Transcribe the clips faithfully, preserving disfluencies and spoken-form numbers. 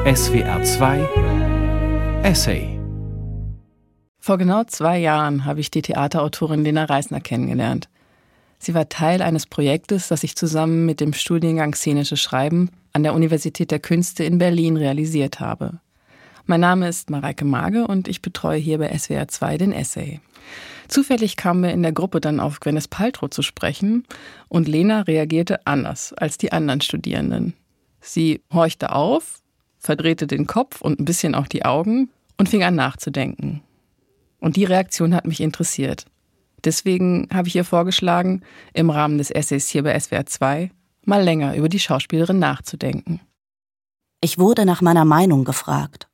S W R zwei Essay. Vor genau zwei Jahren habe ich die Theaterautorin Lena Reisner kennengelernt. Sie war Teil eines Projektes, das ich zusammen mit dem Studiengang Szenisches Schreiben an der Universität der Künste in Berlin realisiert habe. Mein Name ist Mareike Mage und ich betreue hier bei S W R zwei den Essay. Zufällig kamen wir in der Gruppe dann auf Gwyneth Paltrow zu sprechen und Lena reagierte anders als die anderen Studierenden. Sie horchte auf, verdrehte den Kopf und ein bisschen auch die Augen und fing an nachzudenken. Und die Reaktion hat mich interessiert. Deswegen habe ich ihr vorgeschlagen, im Rahmen des Essays hier bei S W R zwei mal länger über die Schauspielerin nachzudenken. Ich wurde nach meiner Meinung gefragt.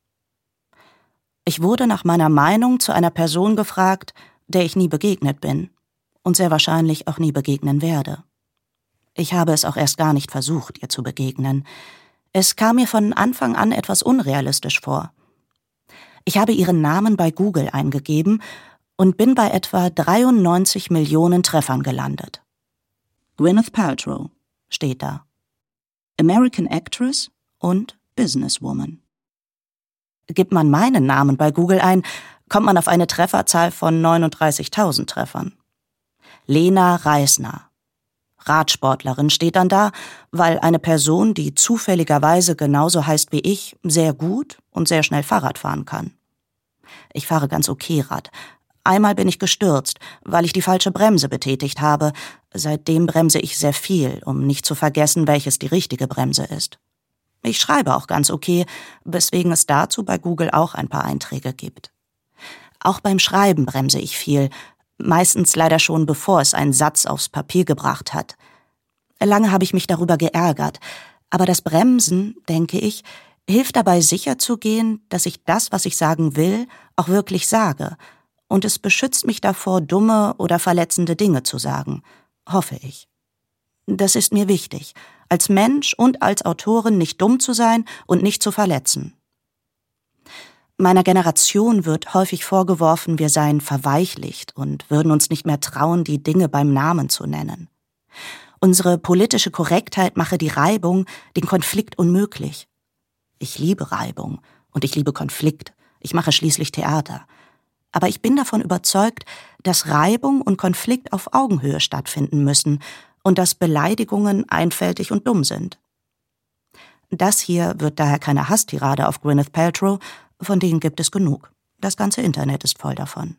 Ich wurde nach meiner Meinung zu einer Person gefragt, der ich nie begegnet bin und sehr wahrscheinlich auch nie begegnen werde. Ich habe es auch erst gar nicht versucht, ihr zu begegnen. Es kam mir von Anfang an etwas unrealistisch vor. Ich habe ihren Namen bei Google eingegeben und bin bei etwa dreiundneunzig Millionen Treffern gelandet. Gwyneth Paltrow steht da. American Actress und Businesswoman. Gibt man meinen Namen bei Google ein, kommt man auf eine Trefferzahl von neununddreißigtausend Treffern. Lena Reisner. Radsportlerin steht dann da, weil eine Person, die zufälligerweise genauso heißt wie ich, sehr gut und sehr schnell Fahrrad fahren kann. Ich fahre ganz okay Rad. Einmal bin ich gestürzt, weil ich die falsche Bremse betätigt habe. Seitdem bremse ich sehr viel, um nicht zu vergessen, welches die richtige Bremse ist. Ich schreibe auch ganz okay, weswegen es dazu bei Google auch ein paar Einträge gibt. Auch beim Schreiben bremse ich viel, meistens leider schon bevor es einen Satz aufs Papier gebracht hat. Lange habe ich mich darüber geärgert, aber das Bremsen, denke ich, hilft dabei sicherzugehen, dass ich das, was ich sagen will, auch wirklich sage, und es beschützt mich davor, dumme oder verletzende Dinge zu sagen, hoffe ich. Das ist mir wichtig, als Mensch und als Autorin nicht dumm zu sein und nicht zu verletzen. Meiner Generation wird häufig vorgeworfen, wir seien verweichlicht und würden uns nicht mehr trauen, die Dinge beim Namen zu nennen. Unsere politische Korrektheit mache die Reibung, den Konflikt unmöglich. Ich liebe Reibung und ich liebe Konflikt. Ich mache schließlich Theater. Aber ich bin davon überzeugt, dass Reibung und Konflikt auf Augenhöhe stattfinden müssen und dass Beleidigungen einfältig und dumm sind. Das hier wird daher keine Hasstirade auf Gwyneth Paltrow, von denen gibt es genug. Das ganze Internet ist voll davon.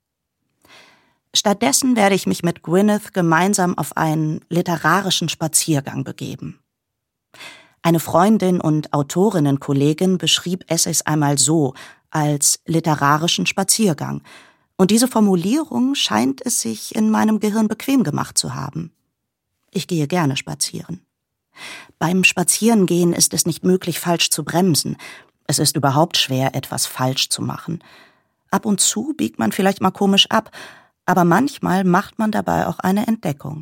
Stattdessen werde ich mich mit Gwyneth gemeinsam auf einen literarischen Spaziergang begeben. Eine Freundin und Autorinnenkollegin beschrieb Essays einmal so, als literarischen Spaziergang. Und diese Formulierung scheint es sich in meinem Gehirn bequem gemacht zu haben. Ich gehe gerne spazieren. Beim Spazierengehen ist es nicht möglich, falsch zu bremsen. Es ist überhaupt schwer, etwas falsch zu machen. Ab und zu biegt man vielleicht mal komisch ab, aber manchmal macht man dabei auch eine Entdeckung.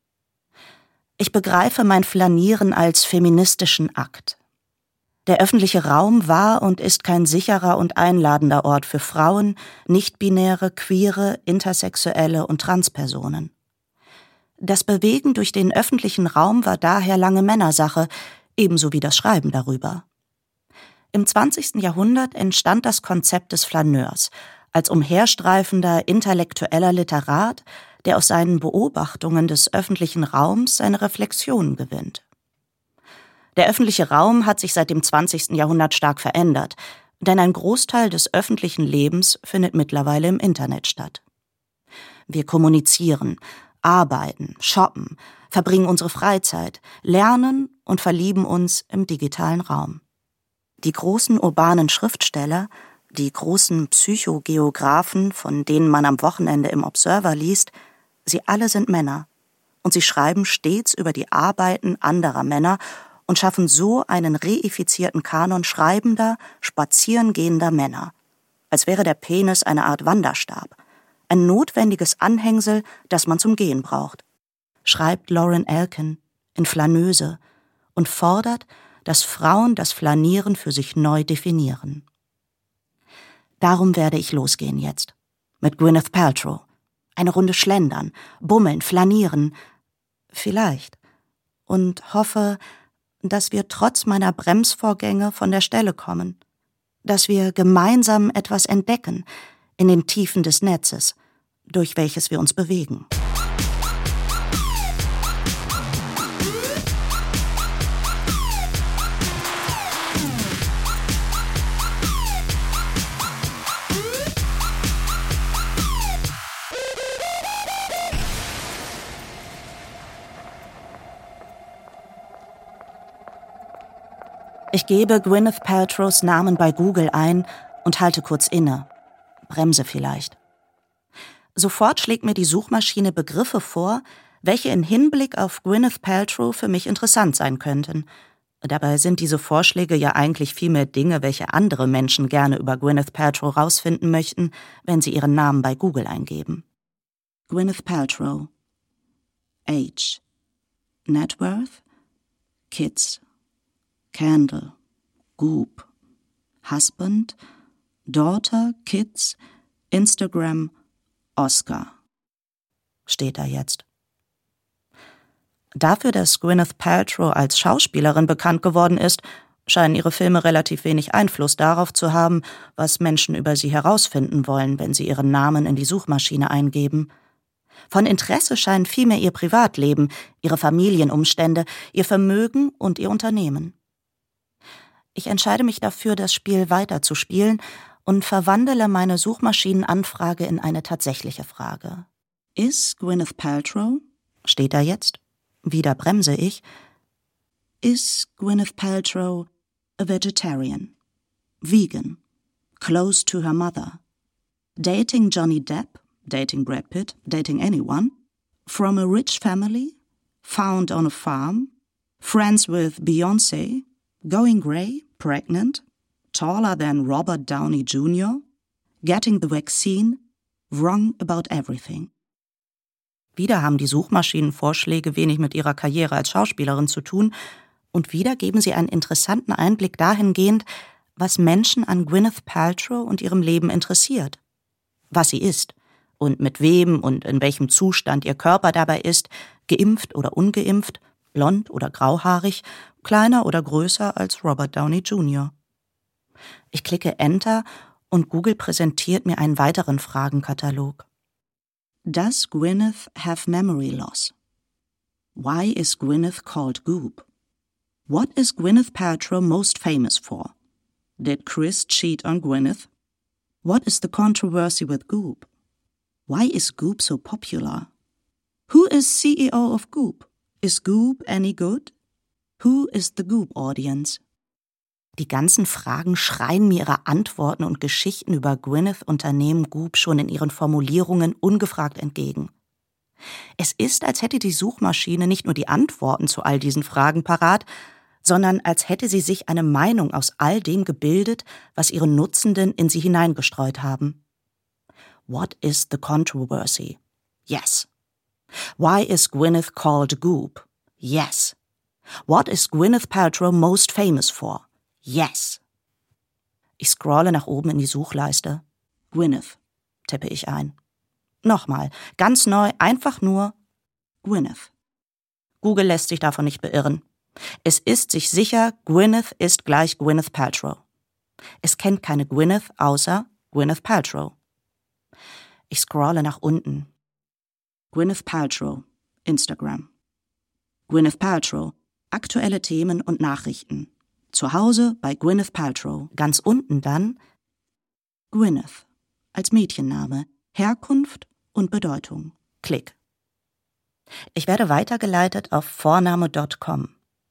Ich begreife mein Flanieren als feministischen Akt. Der öffentliche Raum war und ist kein sicherer und einladender Ort für Frauen, nicht-binäre, queere, intersexuelle und Transpersonen. Das Bewegen durch den öffentlichen Raum war daher lange Männersache, ebenso wie das Schreiben darüber. Im zwanzigsten Jahrhundert entstand das Konzept des Flaneurs, als umherstreifender intellektueller Literat, der aus seinen Beobachtungen des öffentlichen Raums seine Reflexionen gewinnt. Der öffentliche Raum hat sich seit dem zwanzigsten Jahrhundert stark verändert, denn ein Großteil des öffentlichen Lebens findet mittlerweile im Internet statt. Wir kommunizieren, arbeiten, shoppen, verbringen unsere Freizeit, lernen und verlieben uns im digitalen Raum. Die großen urbanen Schriftsteller, die großen Psychogeographen, von denen man am Wochenende im Observer liest, sie alle sind Männer. Und sie schreiben stets über die Arbeiten anderer Männer und schaffen so einen reifizierten Kanon schreibender, spazierengehender Männer. Als wäre der Penis eine Art Wanderstab. Ein notwendiges Anhängsel, das man zum Gehen braucht. Schreibt Lauren Elkin in Flaneuse und fordert, dass Frauen das Flanieren für sich neu definieren. Darum werde ich losgehen jetzt. Mit Gwyneth Paltrow. Eine Runde schlendern, bummeln, flanieren. Vielleicht. Und hoffe, dass wir trotz meiner Bremsvorgänge von der Stelle kommen, dass wir gemeinsam etwas entdecken in den Tiefen des Netzes, durch welches wir uns bewegen. Ich gebe Gwyneth Paltrows Namen bei Google ein und halte kurz inne. Bremse vielleicht. Sofort schlägt mir die Suchmaschine Begriffe vor, welche in Hinblick auf Gwyneth Paltrow für mich interessant sein könnten. Dabei sind diese Vorschläge ja eigentlich vielmehr Dinge, welche andere Menschen gerne über Gwyneth Paltrow rausfinden möchten, wenn sie ihren Namen bei Google eingeben. Gwyneth Paltrow. Age. Net worth. Kids. Candle, Goop, Husband, Daughter, Kids, Instagram, Oscar. Steht da jetzt. Dafür, dass Gwyneth Paltrow als Schauspielerin bekannt geworden ist, scheinen ihre Filme relativ wenig Einfluss darauf zu haben, was Menschen über sie herausfinden wollen, wenn sie ihren Namen in die Suchmaschine eingeben. Von Interesse scheinen vielmehr ihr Privatleben, ihre Familienumstände, ihr Vermögen und ihr Unternehmen. Ich entscheide mich dafür, das Spiel weiterzuspielen und verwandle meine Suchmaschinenanfrage in eine tatsächliche Frage. Is Gwyneth Paltrow? Steht da jetzt. Wieder bremse ich. Is Gwyneth Paltrow a vegetarian? Vegan? Close to her mother? Dating Johnny Depp? Dating Brad Pitt? Dating anyone? From a rich family? Found on a farm? Friends with Beyoncé? Going grey, pregnant, taller than Robert Downey Junior, getting the vaccine, wrong about everything. Wieder haben die Suchmaschinenvorschläge wenig mit ihrer Karriere als Schauspielerin zu tun und wieder geben sie einen interessanten Einblick dahingehend, was Menschen an Gwyneth Paltrow und ihrem Leben interessiert, was sie ist und mit wem und in welchem Zustand ihr Körper dabei ist, geimpft oder ungeimpft, blond oder grauhaarig, kleiner oder größer als Robert Downey Junior Ich klicke Enter und Google präsentiert mir einen weiteren Fragenkatalog. Does Gwyneth have memory loss? Why is Gwyneth called Goop? What is Gwyneth Paltrow most famous for? Did Chris cheat on Gwyneth? What is the controversy with Goop? Why is Goop so popular? Who is C E O of Goop? Is Goop any good? Who is the Goop audience? Die ganzen Fragen schreien mir ihre Antworten und Geschichten über Gwyneth Unternehmen Goop schon in ihren Formulierungen ungefragt entgegen. Es ist, als hätte die Suchmaschine nicht nur die Antworten zu all diesen Fragen parat, sondern als hätte sie sich eine Meinung aus all dem gebildet, was ihre Nutzenden in sie hineingestreut haben. What is the controversy? Yes. Why is Gwyneth called Goop? Yes. What is Gwyneth Paltrow most famous for? Yes. Ich scrolle nach oben in die Suchleiste. Gwyneth, tippe ich ein. Nochmal, ganz neu, einfach nur Gwyneth. Google lässt sich davon nicht beirren. Es ist sich sicher, Gwyneth ist gleich Gwyneth Paltrow. Es kennt keine Gwyneth außer Gwyneth Paltrow. Ich scrolle nach unten. Gwyneth Paltrow, Instagram. Gwyneth Paltrow, aktuelle Themen und Nachrichten. Zu Hause bei Gwyneth Paltrow. Ganz unten dann Gwyneth als Mädchenname, Herkunft und Bedeutung. Klick. Ich werde weitergeleitet auf Vorname Punkt com.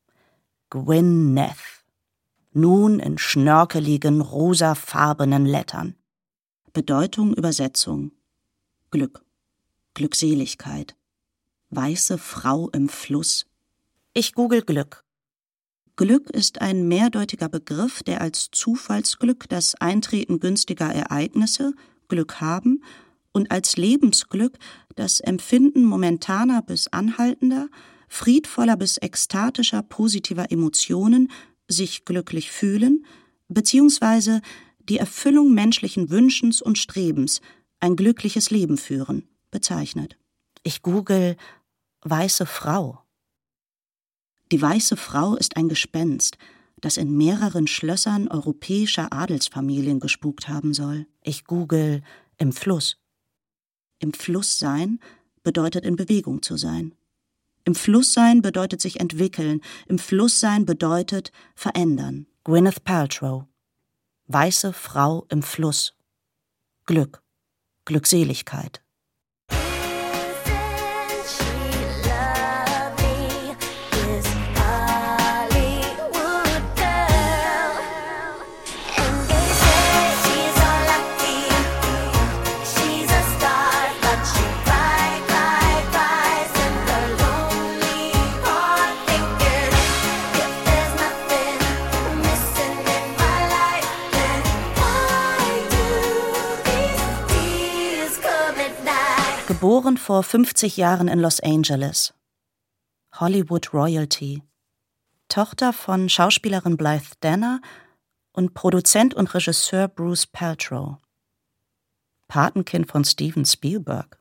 Gwyneth. Nun in schnörkeligen, rosafarbenen Lettern. Bedeutung, Übersetzung. Glück. Glückseligkeit. Weiße Frau im Fluss. Ich google Glück. Glück ist ein mehrdeutiger Begriff, der als Zufallsglück das Eintreten günstiger Ereignisse, Glück haben, und als Lebensglück das Empfinden momentaner bis anhaltender, friedvoller bis ekstatischer positiver Emotionen, sich glücklich fühlen, beziehungsweise die Erfüllung menschlichen Wünschens und Strebens, ein glückliches Leben führen, bezeichnet. Ich google weiße Frau. Die weiße Frau ist ein Gespenst, das in mehreren Schlössern europäischer Adelsfamilien gespukt haben soll. Ich google im Fluss. Im Fluss sein bedeutet in Bewegung zu sein. Im Fluss sein bedeutet sich entwickeln. Im Fluss sein bedeutet verändern. Gwyneth Paltrow. Weiße Frau im Fluss. Glück. Glückseligkeit. Geboren vor fünfzig Jahren in Los Angeles. Hollywood Royalty. Tochter von Schauspielerin Blythe Danner und Produzent und Regisseur Bruce Paltrow. Patenkind von Steven Spielberg.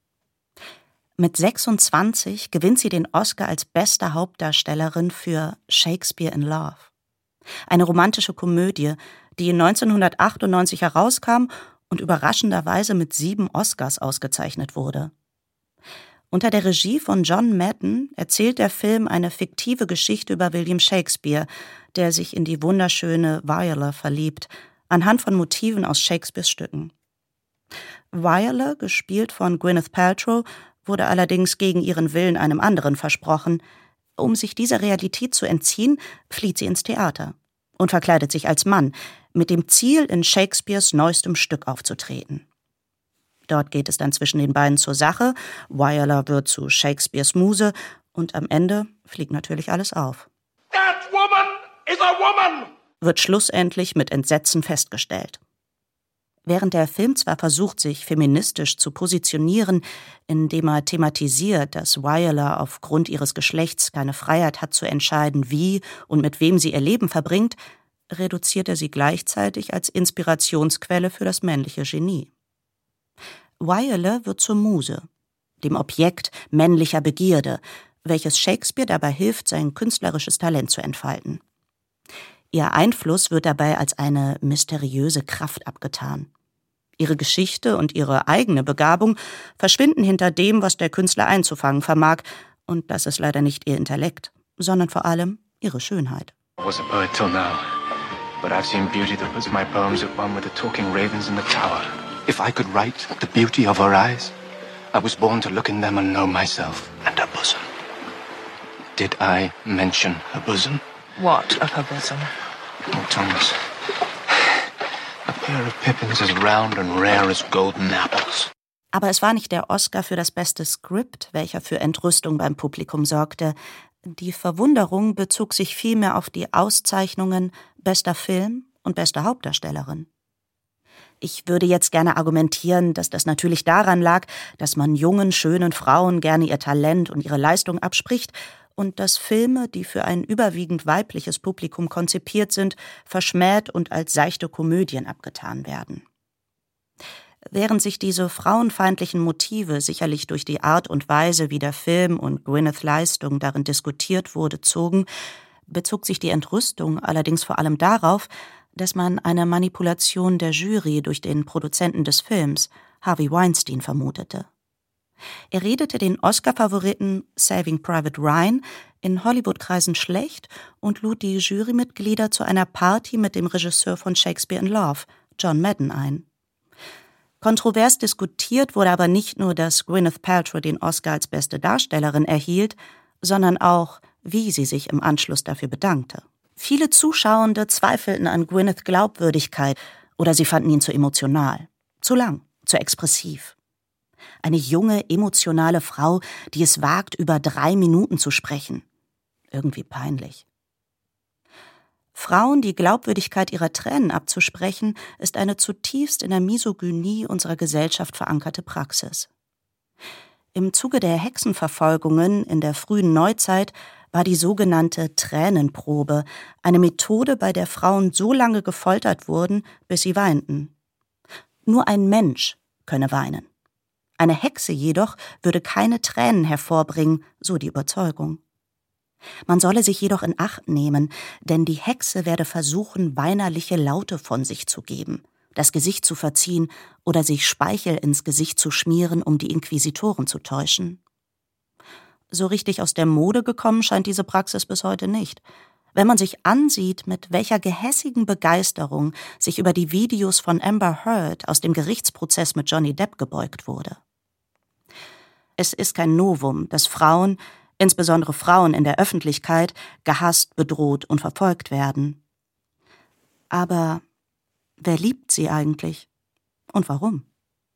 Mit sechsundzwanzig gewinnt sie den Oscar als beste Hauptdarstellerin für Shakespeare in Love. Eine romantische Komödie, die neunzehnhundertachtundneunzig herauskam und überraschenderweise mit sieben Oscars ausgezeichnet wurde. Unter der Regie von John Madden erzählt der Film eine fiktive Geschichte über William Shakespeare, der sich in die wunderschöne Viola verliebt, anhand von Motiven aus Shakespeares Stücken. Viola, gespielt von Gwyneth Paltrow, wurde allerdings gegen ihren Willen einem anderen versprochen. Um sich dieser Realität zu entziehen, flieht sie ins Theater und verkleidet sich als Mann, mit dem Ziel, in Shakespeares neuestem Stück aufzutreten. Dort geht es dann zwischen den beiden zur Sache, Viola wird zu Shakespeares Muse und am Ende fliegt natürlich alles auf. That woman is a woman! Wird schlussendlich mit Entsetzen festgestellt. Während der Film zwar versucht, sich feministisch zu positionieren, indem er thematisiert, dass Viola aufgrund ihres Geschlechts keine Freiheit hat zu entscheiden, wie und mit wem sie ihr Leben verbringt, reduziert er sie gleichzeitig als Inspirationsquelle für das männliche Genie. Viola wird zur Muse, dem Objekt männlicher Begierde, welches Shakespeare dabei hilft, sein künstlerisches Talent zu entfalten. Ihr Einfluss wird dabei als eine mysteriöse Kraft abgetan. Ihre Geschichte und ihre eigene Begabung verschwinden hinter dem, was der Künstler einzufangen vermag, und das ist leider nicht ihr Intellekt, sondern vor allem ihre Schönheit. I was a poet till now, but I've seen beauty that puts my poems at one with the talking ravens in the tower. If I could write the beauty of her eyes, I was born to look in them and know myself and her bosom. Did I mention her bosom? What of her bosom? Oh, Thomas. A pair of pippins as round and rare as golden apples. Aber es war nicht der Oscar für das beste Skript, welcher für Entrüstung beim Publikum sorgte. Die Verwunderung bezog sich vielmehr auf die Auszeichnungen bester Film und beste Hauptdarstellerin. Ich würde jetzt gerne argumentieren, dass das natürlich daran lag, dass man jungen, schönen Frauen gerne ihr Talent und ihre Leistung abspricht und dass Filme, die für ein überwiegend weibliches Publikum konzipiert sind, verschmäht und als seichte Komödien abgetan werden. Während sich diese frauenfeindlichen Motive sicherlich durch die Art und Weise, wie der Film und Gwyneths Leistung darin diskutiert wurde, zogen, bezog sich die Entrüstung allerdings vor allem darauf, dass man eine Manipulation der Jury durch den Produzenten des Films, Harvey Weinstein, vermutete. Er redete den Oscar-Favoriten Saving Private Ryan in Hollywood-Kreisen schlecht und lud die Jurymitglieder zu einer Party mit dem Regisseur von Shakespeare in Love, John Madden, ein. Kontrovers diskutiert wurde aber nicht nur, dass Gwyneth Paltrow den Oscar als beste Darstellerin erhielt, sondern auch, wie sie sich im Anschluss dafür bedankte. Viele Zuschauende zweifelten an Gwyneths Glaubwürdigkeit oder sie fanden ihn zu emotional, zu lang, zu expressiv. Eine junge, emotionale Frau, die es wagt, über drei Minuten zu sprechen. Irgendwie peinlich. Frauen die Glaubwürdigkeit ihrer Tränen abzusprechen, ist eine zutiefst in der Misogynie unserer Gesellschaft verankerte Praxis. Im Zuge der Hexenverfolgungen in der frühen Neuzeit war die sogenannte Tränenprobe eine Methode, bei der Frauen so lange gefoltert wurden, bis sie weinten. Nur ein Mensch könne weinen. Eine Hexe jedoch würde keine Tränen hervorbringen, so die Überzeugung. Man solle sich jedoch in Acht nehmen, denn die Hexe werde versuchen, weinerliche Laute von sich zu geben, das Gesicht zu verziehen oder sich Speichel ins Gesicht zu schmieren, um die Inquisitoren zu täuschen. So richtig aus der Mode gekommen scheint diese Praxis bis heute nicht. Wenn man sich ansieht, mit welcher gehässigen Begeisterung sich über die Videos von Amber Heard aus dem Gerichtsprozess mit Johnny Depp gebeugt wurde. Es ist kein Novum, dass Frauen, insbesondere Frauen in der Öffentlichkeit, gehasst, bedroht und verfolgt werden. Aber wer liebt sie eigentlich? Und warum?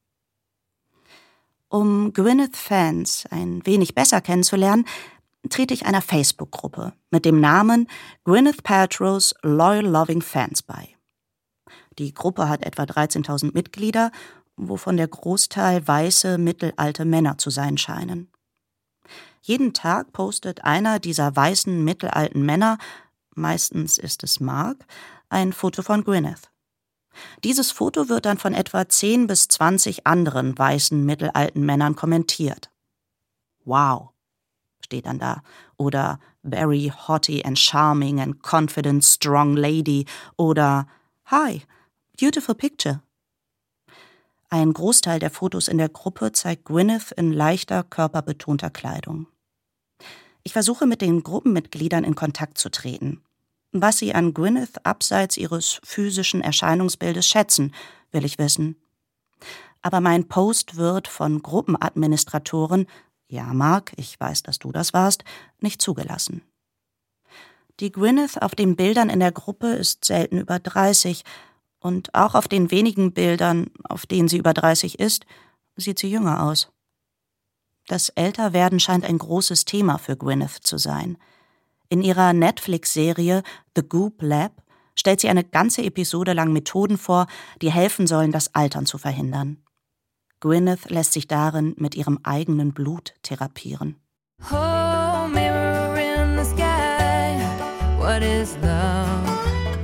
Um Gwyneth-Fans ein wenig besser kennenzulernen, trete ich einer Facebook-Gruppe mit dem Namen Gwyneth Paltrow's Loyal Loving Fans bei. Die Gruppe hat etwa dreizehntausend Mitglieder, wovon der Großteil weiße, mittelalte Männer zu sein scheinen. Jeden Tag postet einer dieser weißen, mittelalten Männer, meistens ist es Mark, ein Foto von Gwyneth. Dieses Foto wird dann von etwa zehn bis zwanzig anderen weißen, mittelalten Männern kommentiert. Wow, steht dann da. Oder very haughty and charming and confident, strong lady. Oder hi, beautiful picture. Ein Großteil der Fotos in der Gruppe zeigt Gwyneth in leichter, körperbetonter Kleidung. Ich versuche mit den Gruppenmitgliedern in Kontakt zu treten. Was sie an Gwyneth abseits ihres physischen Erscheinungsbildes schätzen, will ich wissen. Aber mein Post wird von Gruppenadministratoren, ja Mark, ich weiß, dass du das warst, nicht zugelassen. Die Gwyneth auf den Bildern in der Gruppe ist selten über dreißig und auch auf den wenigen Bildern, auf denen sie über dreißig ist, sieht sie jünger aus. Das Älterwerden scheint ein großes Thema für Gwyneth zu sein. In ihrer Netflix-Serie The Goop Lab stellt sie eine ganze Episode lang Methoden vor, die helfen sollen, das Altern zu verhindern. Gwyneth lässt sich darin mit ihrem eigenen Blut therapieren. Oh, mirror in the sky, what is love?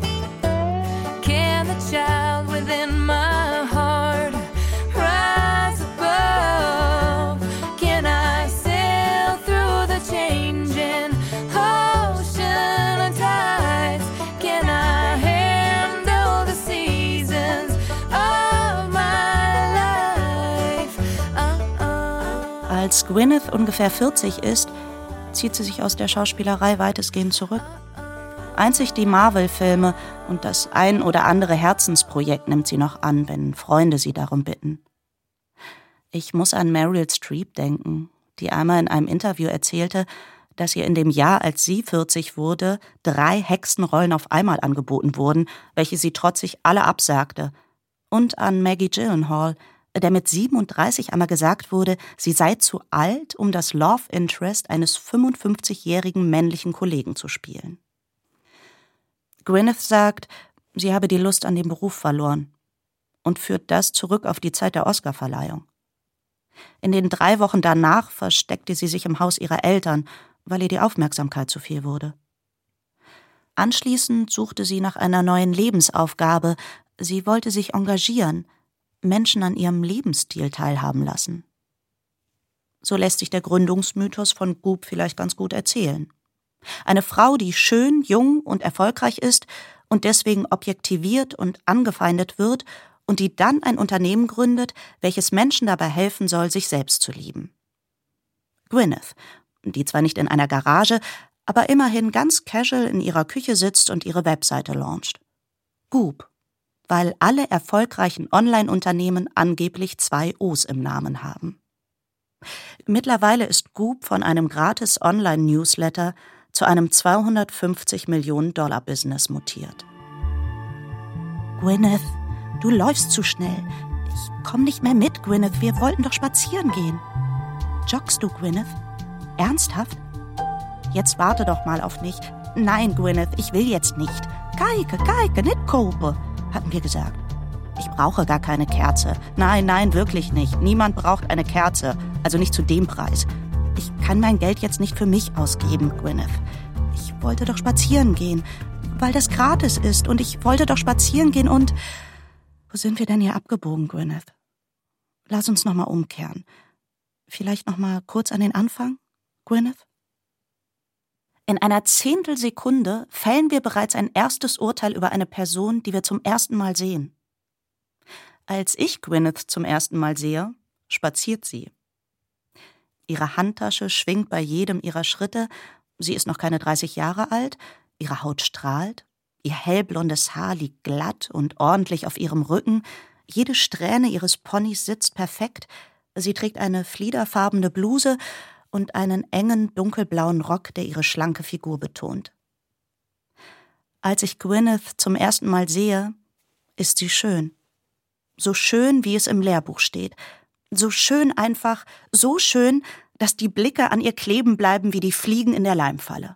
Can the child within my heart rise above? Can I sail through the changing ocean and tides? Can I handle the seasons of my life? Uh-uh. Als Gwyneth ungefähr vierzig ist, zieht sie sich aus der Schauspielerei weitestgehend zurück. Einzig die Marvel-Filme und das ein oder andere Herzensprojekt nimmt sie noch an, wenn Freunde sie darum bitten. Ich muss an Meryl Streep denken, die einmal in einem Interview erzählte, dass ihr in dem Jahr, als sie vierzig wurde, drei Hexenrollen auf einmal angeboten wurden, welche sie trotzig alle absagte. Und an Maggie Gyllenhaal, der mit siebenunddreißig einmal gesagt wurde, sie sei zu alt, um das Love Interest eines fünfundfünfzigjährigen männlichen Kollegen zu spielen. Gwyneth sagt, sie habe die Lust an dem Beruf verloren und führt das zurück auf die Zeit der Oscarverleihung. In den drei Wochen danach versteckte sie sich im Haus ihrer Eltern, weil ihr die Aufmerksamkeit zu viel wurde. Anschließend suchte sie nach einer neuen Lebensaufgabe. Sie wollte sich engagieren, Menschen an ihrem Lebensstil teilhaben lassen. So lässt sich der Gründungsmythos von Goop vielleicht ganz gut erzählen. Eine Frau, die schön, jung und erfolgreich ist und deswegen objektiviert und angefeindet wird und die dann ein Unternehmen gründet, welches Menschen dabei helfen soll, sich selbst zu lieben. Gwyneth, die zwar nicht in einer Garage, aber immerhin ganz casual in ihrer Küche sitzt und ihre Webseite launcht. Goop, weil alle erfolgreichen Online-Unternehmen angeblich zwei O's im Namen haben. Mittlerweile ist Goop von einem gratis Online-Newsletter zu einem zweihundertfünfzig Millionen Dollar Business mutiert. Gwyneth, du läufst zu schnell. Ich komm nicht mehr mit, Gwyneth. Wir wollten doch spazieren gehen. Joggst du, Gwyneth? Ernsthaft? Jetzt warte doch mal auf mich. Nein, Gwyneth, ich will jetzt nicht. Geige, Geige, nicht Kope, hatten wir gesagt. Ich brauche gar keine Kerze. Nein, nein, wirklich nicht. Niemand braucht eine Kerze. Also nicht zu dem Preis. Ich kann mein Geld jetzt nicht für mich ausgeben, Gwyneth. Ich wollte doch spazieren gehen, weil das gratis ist. Und ich wollte doch spazieren gehen und... Wo sind wir denn hier abgebogen, Gwyneth? Lass uns nochmal umkehren. Vielleicht nochmal kurz an den Anfang, Gwyneth? In einer Zehntelsekunde fällen wir bereits ein erstes Urteil über eine Person, die wir zum ersten Mal sehen. Als ich Gwyneth zum ersten Mal sehe, spaziert sie. Ihre Handtasche schwingt bei jedem ihrer Schritte, sie ist noch keine dreißig Jahre alt, ihre Haut strahlt, ihr hellblondes Haar liegt glatt und ordentlich auf ihrem Rücken, jede Strähne ihres Ponys sitzt perfekt, sie trägt eine fliederfarbene Bluse und einen engen, dunkelblauen Rock, der ihre schlanke Figur betont. Als ich Gwyneth zum ersten Mal sehe, ist sie schön. So schön, wie es im Lehrbuch steht. So schön einfach, so schön, dass die Blicke an ihr kleben bleiben wie die Fliegen in der Leimfalle.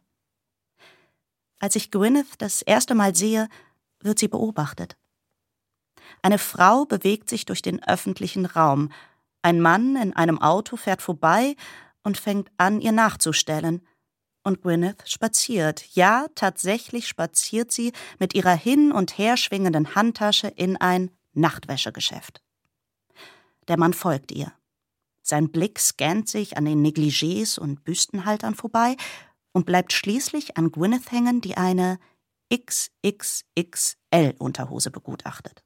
Als ich Gwyneth das erste Mal sehe, wird sie beobachtet. Eine Frau bewegt sich durch den öffentlichen Raum. Ein Mann in einem Auto fährt vorbei und fängt an, ihr nachzustellen. Und Gwyneth spaziert. Ja, tatsächlich spaziert sie mit ihrer hin- und her schwingenden Handtasche in ein Nachtwäschegeschäft. Der Mann folgt ihr. Sein Blick scannt sich an den Negligés und Büstenhaltern vorbei und bleibt schließlich an Gwyneth hängen, die eine X X X L-Unterhose begutachtet.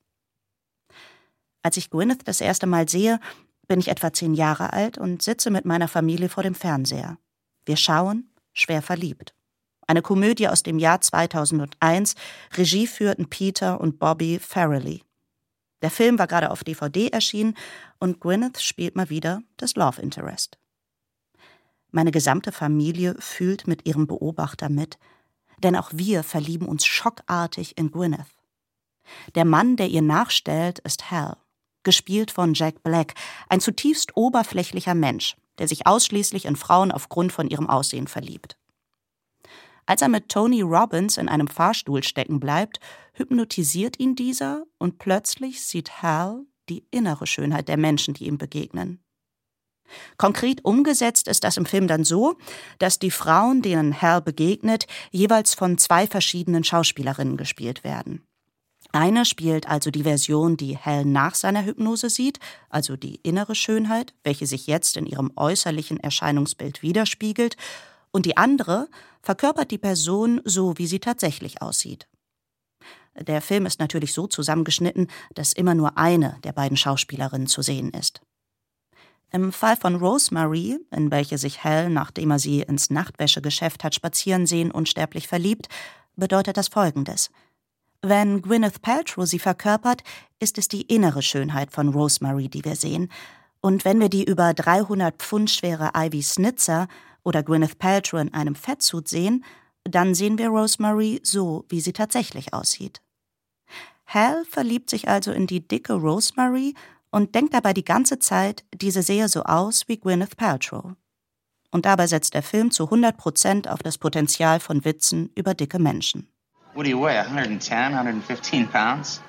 Als ich Gwyneth das erste Mal sehe, bin ich etwa zehn Jahre alt und sitze mit meiner Familie vor dem Fernseher. Wir schauen Schwer verliebt. Eine Komödie aus dem Jahr zweitausendeins, Regie führten Peter und Bobby Farrelly. Der Film war gerade auf D V D erschienen und Gwyneth spielt mal wieder das Love Interest. Meine gesamte Familie fühlt mit ihrem Beobachter mit, denn auch wir verlieben uns schockartig in Gwyneth. Der Mann, der ihr nachstellt, ist Hal, gespielt von Jack Black, ein zutiefst oberflächlicher Mensch, der sich ausschließlich in Frauen aufgrund von ihrem Aussehen verliebt. Als er mit Tony Robbins in einem Fahrstuhl stecken bleibt, hypnotisiert ihn dieser und plötzlich sieht Hal die innere Schönheit der Menschen, die ihm begegnen. Konkret umgesetzt ist das im Film dann so, dass die Frauen, denen Hal begegnet, jeweils von zwei verschiedenen Schauspielerinnen gespielt werden. Eine spielt also die Version, die Hal nach seiner Hypnose sieht, also die innere Schönheit, welche sich jetzt in ihrem äußerlichen Erscheinungsbild widerspiegelt, und die andere verkörpert die Person so, wie sie tatsächlich aussieht. Der Film ist natürlich so zusammengeschnitten, dass immer nur eine der beiden Schauspielerinnen zu sehen ist. Im Fall von Rosemary, in welche sich Hal, nachdem er sie ins Nachtwäschegeschäft hat spazieren sehen, unsterblich verliebt, bedeutet das Folgendes. Wenn Gwyneth Paltrow sie verkörpert, ist es die innere Schönheit von Rosemary, die wir sehen. Und wenn wir die über dreihundert Pfund schwere Ivy Snitzer oder Gwyneth Paltrow in einem Fettsuit sehen, dann sehen wir Rosemary so, wie sie tatsächlich aussieht. Hal verliebt sich also in die dicke Rosemary und denkt dabei die ganze Zeit, diese sehe so aus wie Gwyneth Paltrow. Und dabei setzt der Film zu hundert Prozent auf das Potenzial von Witzen über dicke Menschen. What do you weigh, one ten, one fifteen pounds?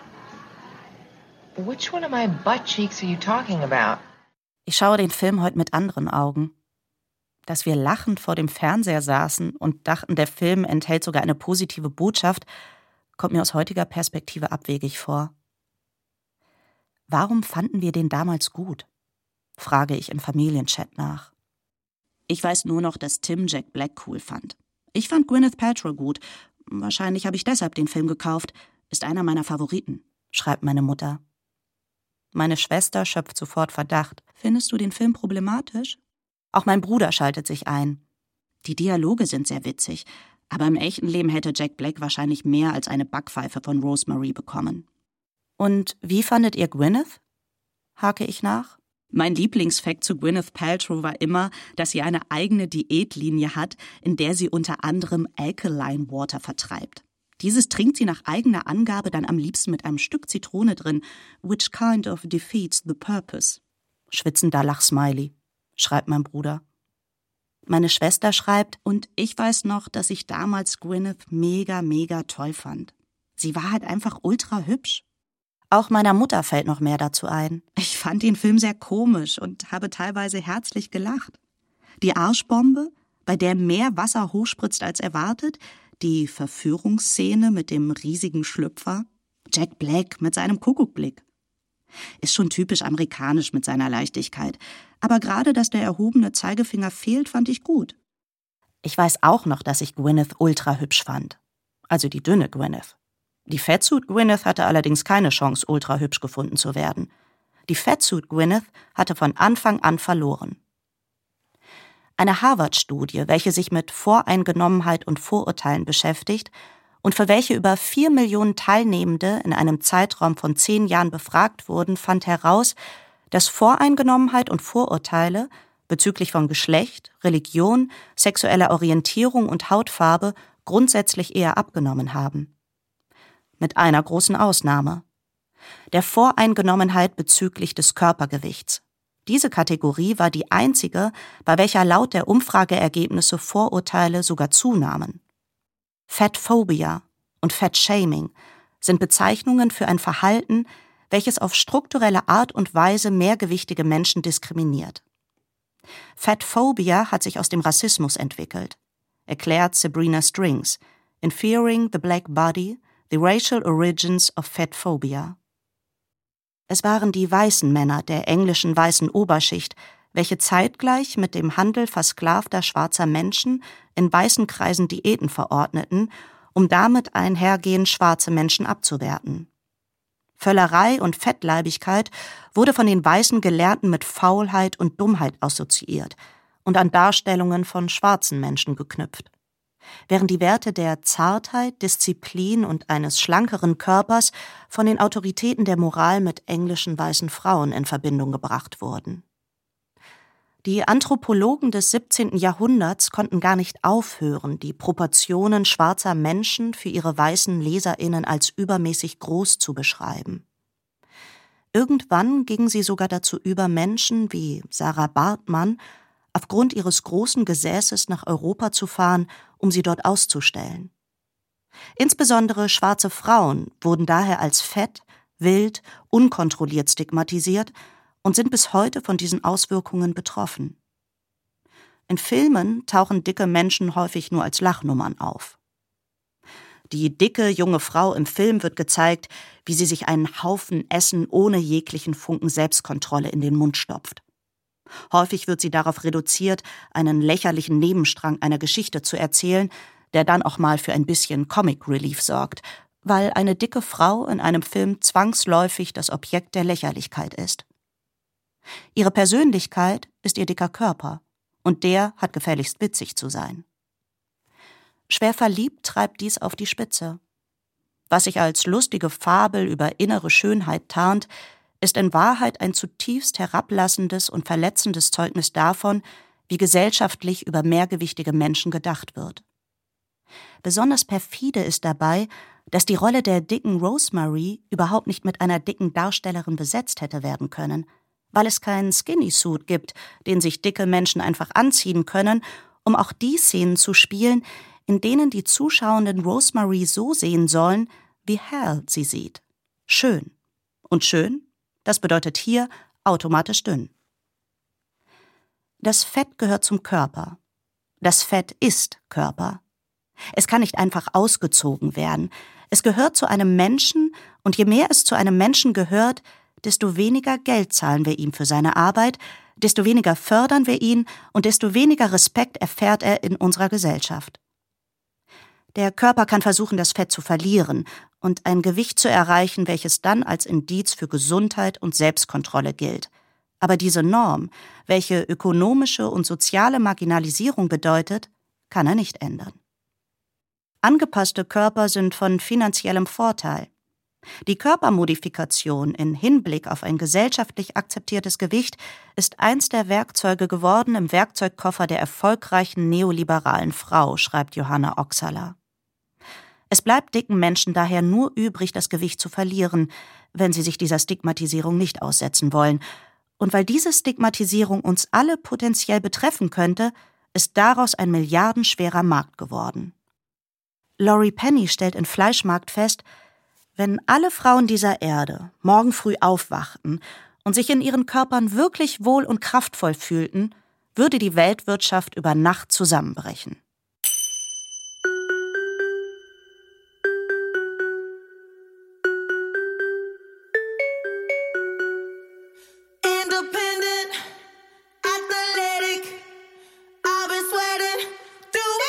Which one of my butt cheeks are you talking about? Ich schaue den Film heute mit anderen Augen. Dass wir lachend vor dem Fernseher saßen und dachten, der Film enthält sogar eine positive Botschaft, kommt mir aus heutiger Perspektive abwegig vor. Warum fanden wir den damals gut? Frage ich im Familienchat nach. Ich weiß nur noch, dass Tim Jack Black cool fand. Ich fand Gwyneth Paltrow gut. Wahrscheinlich habe ich deshalb den Film gekauft. Ist einer meiner Favoriten, schreibt meine Mutter. Meine Schwester schöpft sofort Verdacht. Findest du den Film problematisch? Auch mein Bruder schaltet sich ein. Die Dialoge sind sehr witzig, aber im echten Leben hätte Jack Black wahrscheinlich mehr als eine Backpfeife von Rosemary bekommen. Und wie fandet ihr Gwyneth? Hake ich nach. Mein Lieblingsfakt zu Gwyneth Paltrow war immer, dass sie eine eigene Diätlinie hat, in der sie unter anderem Alkaline Water vertreibt. Dieses trinkt sie nach eigener Angabe dann am liebsten mit einem Stück Zitrone drin, which kind of defeats the purpose. Schwitzender Lachsmiley, schreibt mein Bruder. Meine Schwester schreibt, und ich weiß noch, dass ich damals Gwyneth mega, mega toll fand. Sie war halt einfach ultra hübsch. Auch meiner Mutter fällt noch mehr dazu ein. Ich fand den Film sehr komisch und habe teilweise herzlich gelacht. Die Arschbombe, bei der mehr Wasser hochspritzt als erwartet, die Verführungsszene mit dem riesigen Schlüpfer, Jack Black mit seinem Kuckuckblick. Ist schon typisch amerikanisch mit seiner Leichtigkeit. Aber gerade, dass der erhobene Zeigefinger fehlt, fand ich gut. Ich weiß auch noch, dass ich Gwyneth ultra hübsch fand. Also die dünne Gwyneth. Die Fatsuit Gwyneth hatte allerdings keine Chance, ultra hübsch gefunden zu werden. Die Fatsuit Gwyneth hatte von Anfang an verloren. Eine Harvard-Studie, welche sich mit Voreingenommenheit und Vorurteilen beschäftigt und für welche über vier Millionen Teilnehmende in einem Zeitraum von zehn Jahren befragt wurden, fand heraus, dass Voreingenommenheit und Vorurteile bezüglich von Geschlecht, Religion, sexueller Orientierung und Hautfarbe grundsätzlich eher abgenommen haben. Mit einer großen Ausnahme: der Voreingenommenheit bezüglich des Körpergewichts. Diese Kategorie war die einzige, bei welcher laut der Umfrageergebnisse Vorurteile sogar zunahmen. Fatphobia und Fatshaming sind Bezeichnungen für ein Verhalten, welches auf strukturelle Art und Weise mehrgewichtige Menschen diskriminiert. Fatphobia hat sich aus dem Rassismus entwickelt, erklärt Sabrina Strings in Fearing the Black Body, The Racial Origins of Fatphobia. Es waren die weißen Männer der englischen weißen Oberschicht, welche zeitgleich mit dem Handel versklavter schwarzer Menschen in weißen Kreisen Diäten verordneten, um damit einhergehend schwarze Menschen abzuwerten. Völlerei und Fettleibigkeit wurde von den weißen Gelehrten mit Faulheit und Dummheit assoziiert und an Darstellungen von schwarzen Menschen geknüpft. Während die Werte der Zartheit, Disziplin und eines schlankeren Körpers von den Autoritäten der Moral mit englischen weißen Frauen in Verbindung gebracht wurden. Die Anthropologen des siebzehnten Jahrhunderts konnten gar nicht aufhören, die Proportionen schwarzer Menschen für ihre weißen LeserInnen als übermäßig groß zu beschreiben. Irgendwann gingen sie sogar dazu über, Menschen wie Sarah Bartmann aufgrund ihres großen Gesäßes nach Europa zu fahren, um sie dort auszustellen. Insbesondere schwarze Frauen wurden daher als fett, wild, unkontrolliert stigmatisiert und sind bis heute von diesen Auswirkungen betroffen. In Filmen tauchen dicke Menschen häufig nur als Lachnummern auf. Die dicke, junge Frau im Film wird gezeigt, wie sie sich einen Haufen Essen ohne jeglichen Funken Selbstkontrolle in den Mund stopft. Häufig wird sie darauf reduziert, einen lächerlichen Nebenstrang einer Geschichte zu erzählen, der dann auch mal für ein bisschen Comic Relief sorgt, weil eine dicke Frau in einem Film zwangsläufig das Objekt der Lächerlichkeit ist. Ihre Persönlichkeit ist ihr dicker Körper, und der hat gefälligst witzig zu sein. Schwer verliebt treibt dies auf die Spitze. Was sich als lustige Fabel über innere Schönheit tarnt, ist in Wahrheit ein zutiefst herablassendes und verletzendes Zeugnis davon, wie gesellschaftlich über mehrgewichtige Menschen gedacht wird. Besonders perfide ist dabei, dass die Rolle der dicken Rosemary überhaupt nicht mit einer dicken Darstellerin besetzt hätte werden können, weil es keinen Skinny-Suit gibt, den sich dicke Menschen einfach anziehen können, um auch die Szenen zu spielen, in denen die Zuschauenden Rosemary so sehen sollen, wie Hal sie sieht. Schön. Und schön, das bedeutet hier automatisch dünn. Das Fett gehört zum Körper. Das Fett ist Körper. Es kann nicht einfach ausgezogen werden. Es gehört zu einem Menschen, und je mehr es zu einem Menschen gehört, desto weniger Geld zahlen wir ihm für seine Arbeit, desto weniger fördern wir ihn und desto weniger Respekt erfährt er in unserer Gesellschaft. Der Körper kann versuchen, das Fett zu verlieren und ein Gewicht zu erreichen, welches dann als Indiz für Gesundheit und Selbstkontrolle gilt. Aber diese Norm, welche ökonomische und soziale Marginalisierung bedeutet, kann er nicht ändern. Angepasste Körper sind von finanziellem Vorteil. Die Körpermodifikation in Hinblick auf ein gesellschaftlich akzeptiertes Gewicht ist eins der Werkzeuge geworden im Werkzeugkoffer der erfolgreichen neoliberalen Frau, schreibt Johanna Oxaler. Es bleibt dicken Menschen daher nur übrig, das Gewicht zu verlieren, wenn sie sich dieser Stigmatisierung nicht aussetzen wollen. Und weil diese Stigmatisierung uns alle potenziell betreffen könnte, ist daraus ein milliardenschwerer Markt geworden. Laurie Penny stellt in Fleischmarkt fest, wenn alle Frauen dieser Erde morgen früh aufwachten und sich in ihren Körpern wirklich wohl und kraftvoll fühlten, würde die Weltwirtschaft über Nacht zusammenbrechen. Independent, athletic, I've been sweating through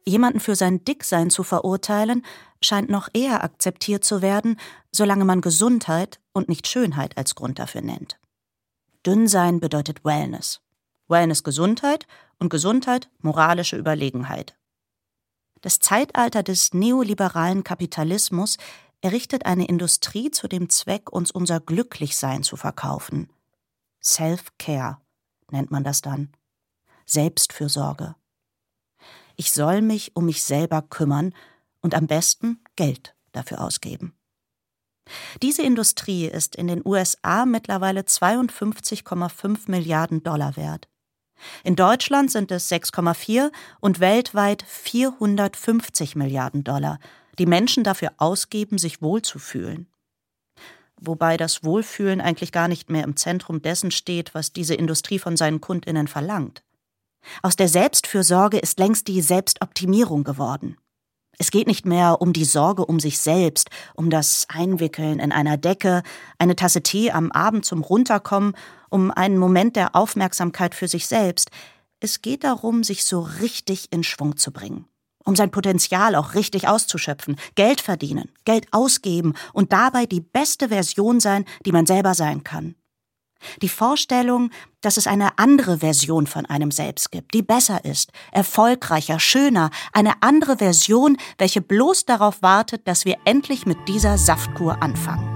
Jemanden für sein Dicksein zu verurteilen, scheint noch eher akzeptiert zu werden, solange man Gesundheit und nicht Schönheit als Grund dafür nennt. Dünnsein bedeutet Wellness. Wellness Gesundheit und Gesundheit moralische Überlegenheit. Das Zeitalter des neoliberalen Kapitalismus errichtet eine Industrie zu dem Zweck, uns unser Glücklichsein zu verkaufen. Self-Care nennt man das dann. Selbstfürsorge. Ich soll mich um mich selber kümmern und am besten Geld dafür ausgeben. Diese Industrie ist in den U S A mittlerweile zweiundfünfzig Komma fünf Milliarden Dollar wert. In Deutschland sind es sechs Komma vier und weltweit vierhundertfünfzig Milliarden Dollar, die Menschen dafür ausgeben, sich wohlzufühlen. Wobei das Wohlfühlen eigentlich gar nicht mehr im Zentrum dessen steht, was diese Industrie von seinen KundInnen verlangt. Aus der Selbstfürsorge ist längst die Selbstoptimierung geworden. Es geht nicht mehr um die Sorge um sich selbst, um das Einwickeln in einer Decke, eine Tasse Tee am Abend zum Runterkommen, um einen Moment der Aufmerksamkeit für sich selbst. Es geht darum, sich so richtig in Schwung zu bringen, um sein Potenzial auch richtig auszuschöpfen, Geld verdienen, Geld ausgeben und dabei die beste Version sein, die man selber sein kann. Die Vorstellung, dass es eine andere Version von einem selbst gibt, die besser ist, erfolgreicher, schöner, eine andere Version, welche bloß darauf wartet, dass wir endlich mit dieser Saftkur anfangen.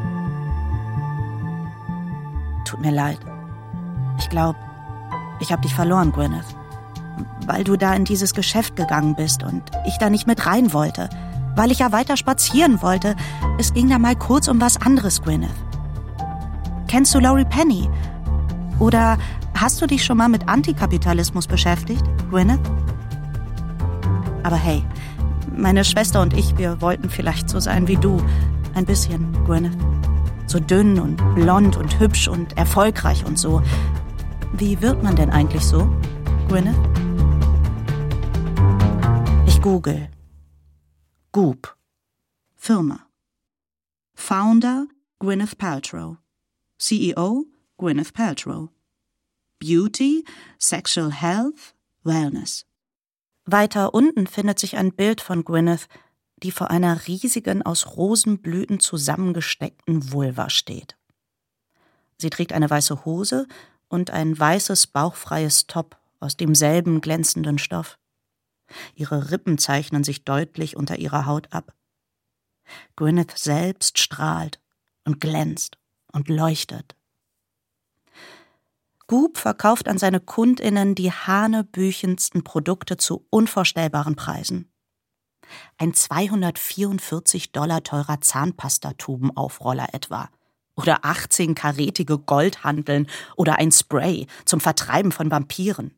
Tut mir leid. Ich glaube, ich habe dich verloren, Gwyneth. Weil du da in dieses Geschäft gegangen bist und ich da nicht mit rein wollte. Weil ich ja weiter spazieren wollte. Es ging da mal kurz um was anderes, Gwyneth. Kennst du Laurie Penny? Oder hast du dich schon mal mit Antikapitalismus beschäftigt, Gwyneth? Aber hey, meine Schwester und ich, wir wollten vielleicht so sein wie du. Ein bisschen, Gwyneth. So dünn und blond und hübsch und erfolgreich und so. Wie wird man denn eigentlich so, Gwyneth? Ich google. Goop. Firma. Founder Gwyneth Paltrow. C E O Gwyneth Paltrow. Beauty, Sexual Health, Wellness. Weiter unten findet sich ein Bild von Gwyneth, die vor einer riesigen, aus Rosenblüten zusammengesteckten Vulva steht. Sie trägt eine weiße Hose und ein weißes, bauchfreies Top aus demselben glänzenden Stoff. Ihre Rippen zeichnen sich deutlich unter ihrer Haut ab. Gwyneth selbst strahlt und glänzt und leuchtet. Goop verkauft an seine KundInnen die hanebüchendsten Produkte zu unvorstellbaren Preisen. Ein zweihundertvierundvierzig Dollar teurer Zahnpastatubenaufroller etwa. Oder achtzehn-karätige Goldhanteln oder ein Spray zum Vertreiben von Vampiren.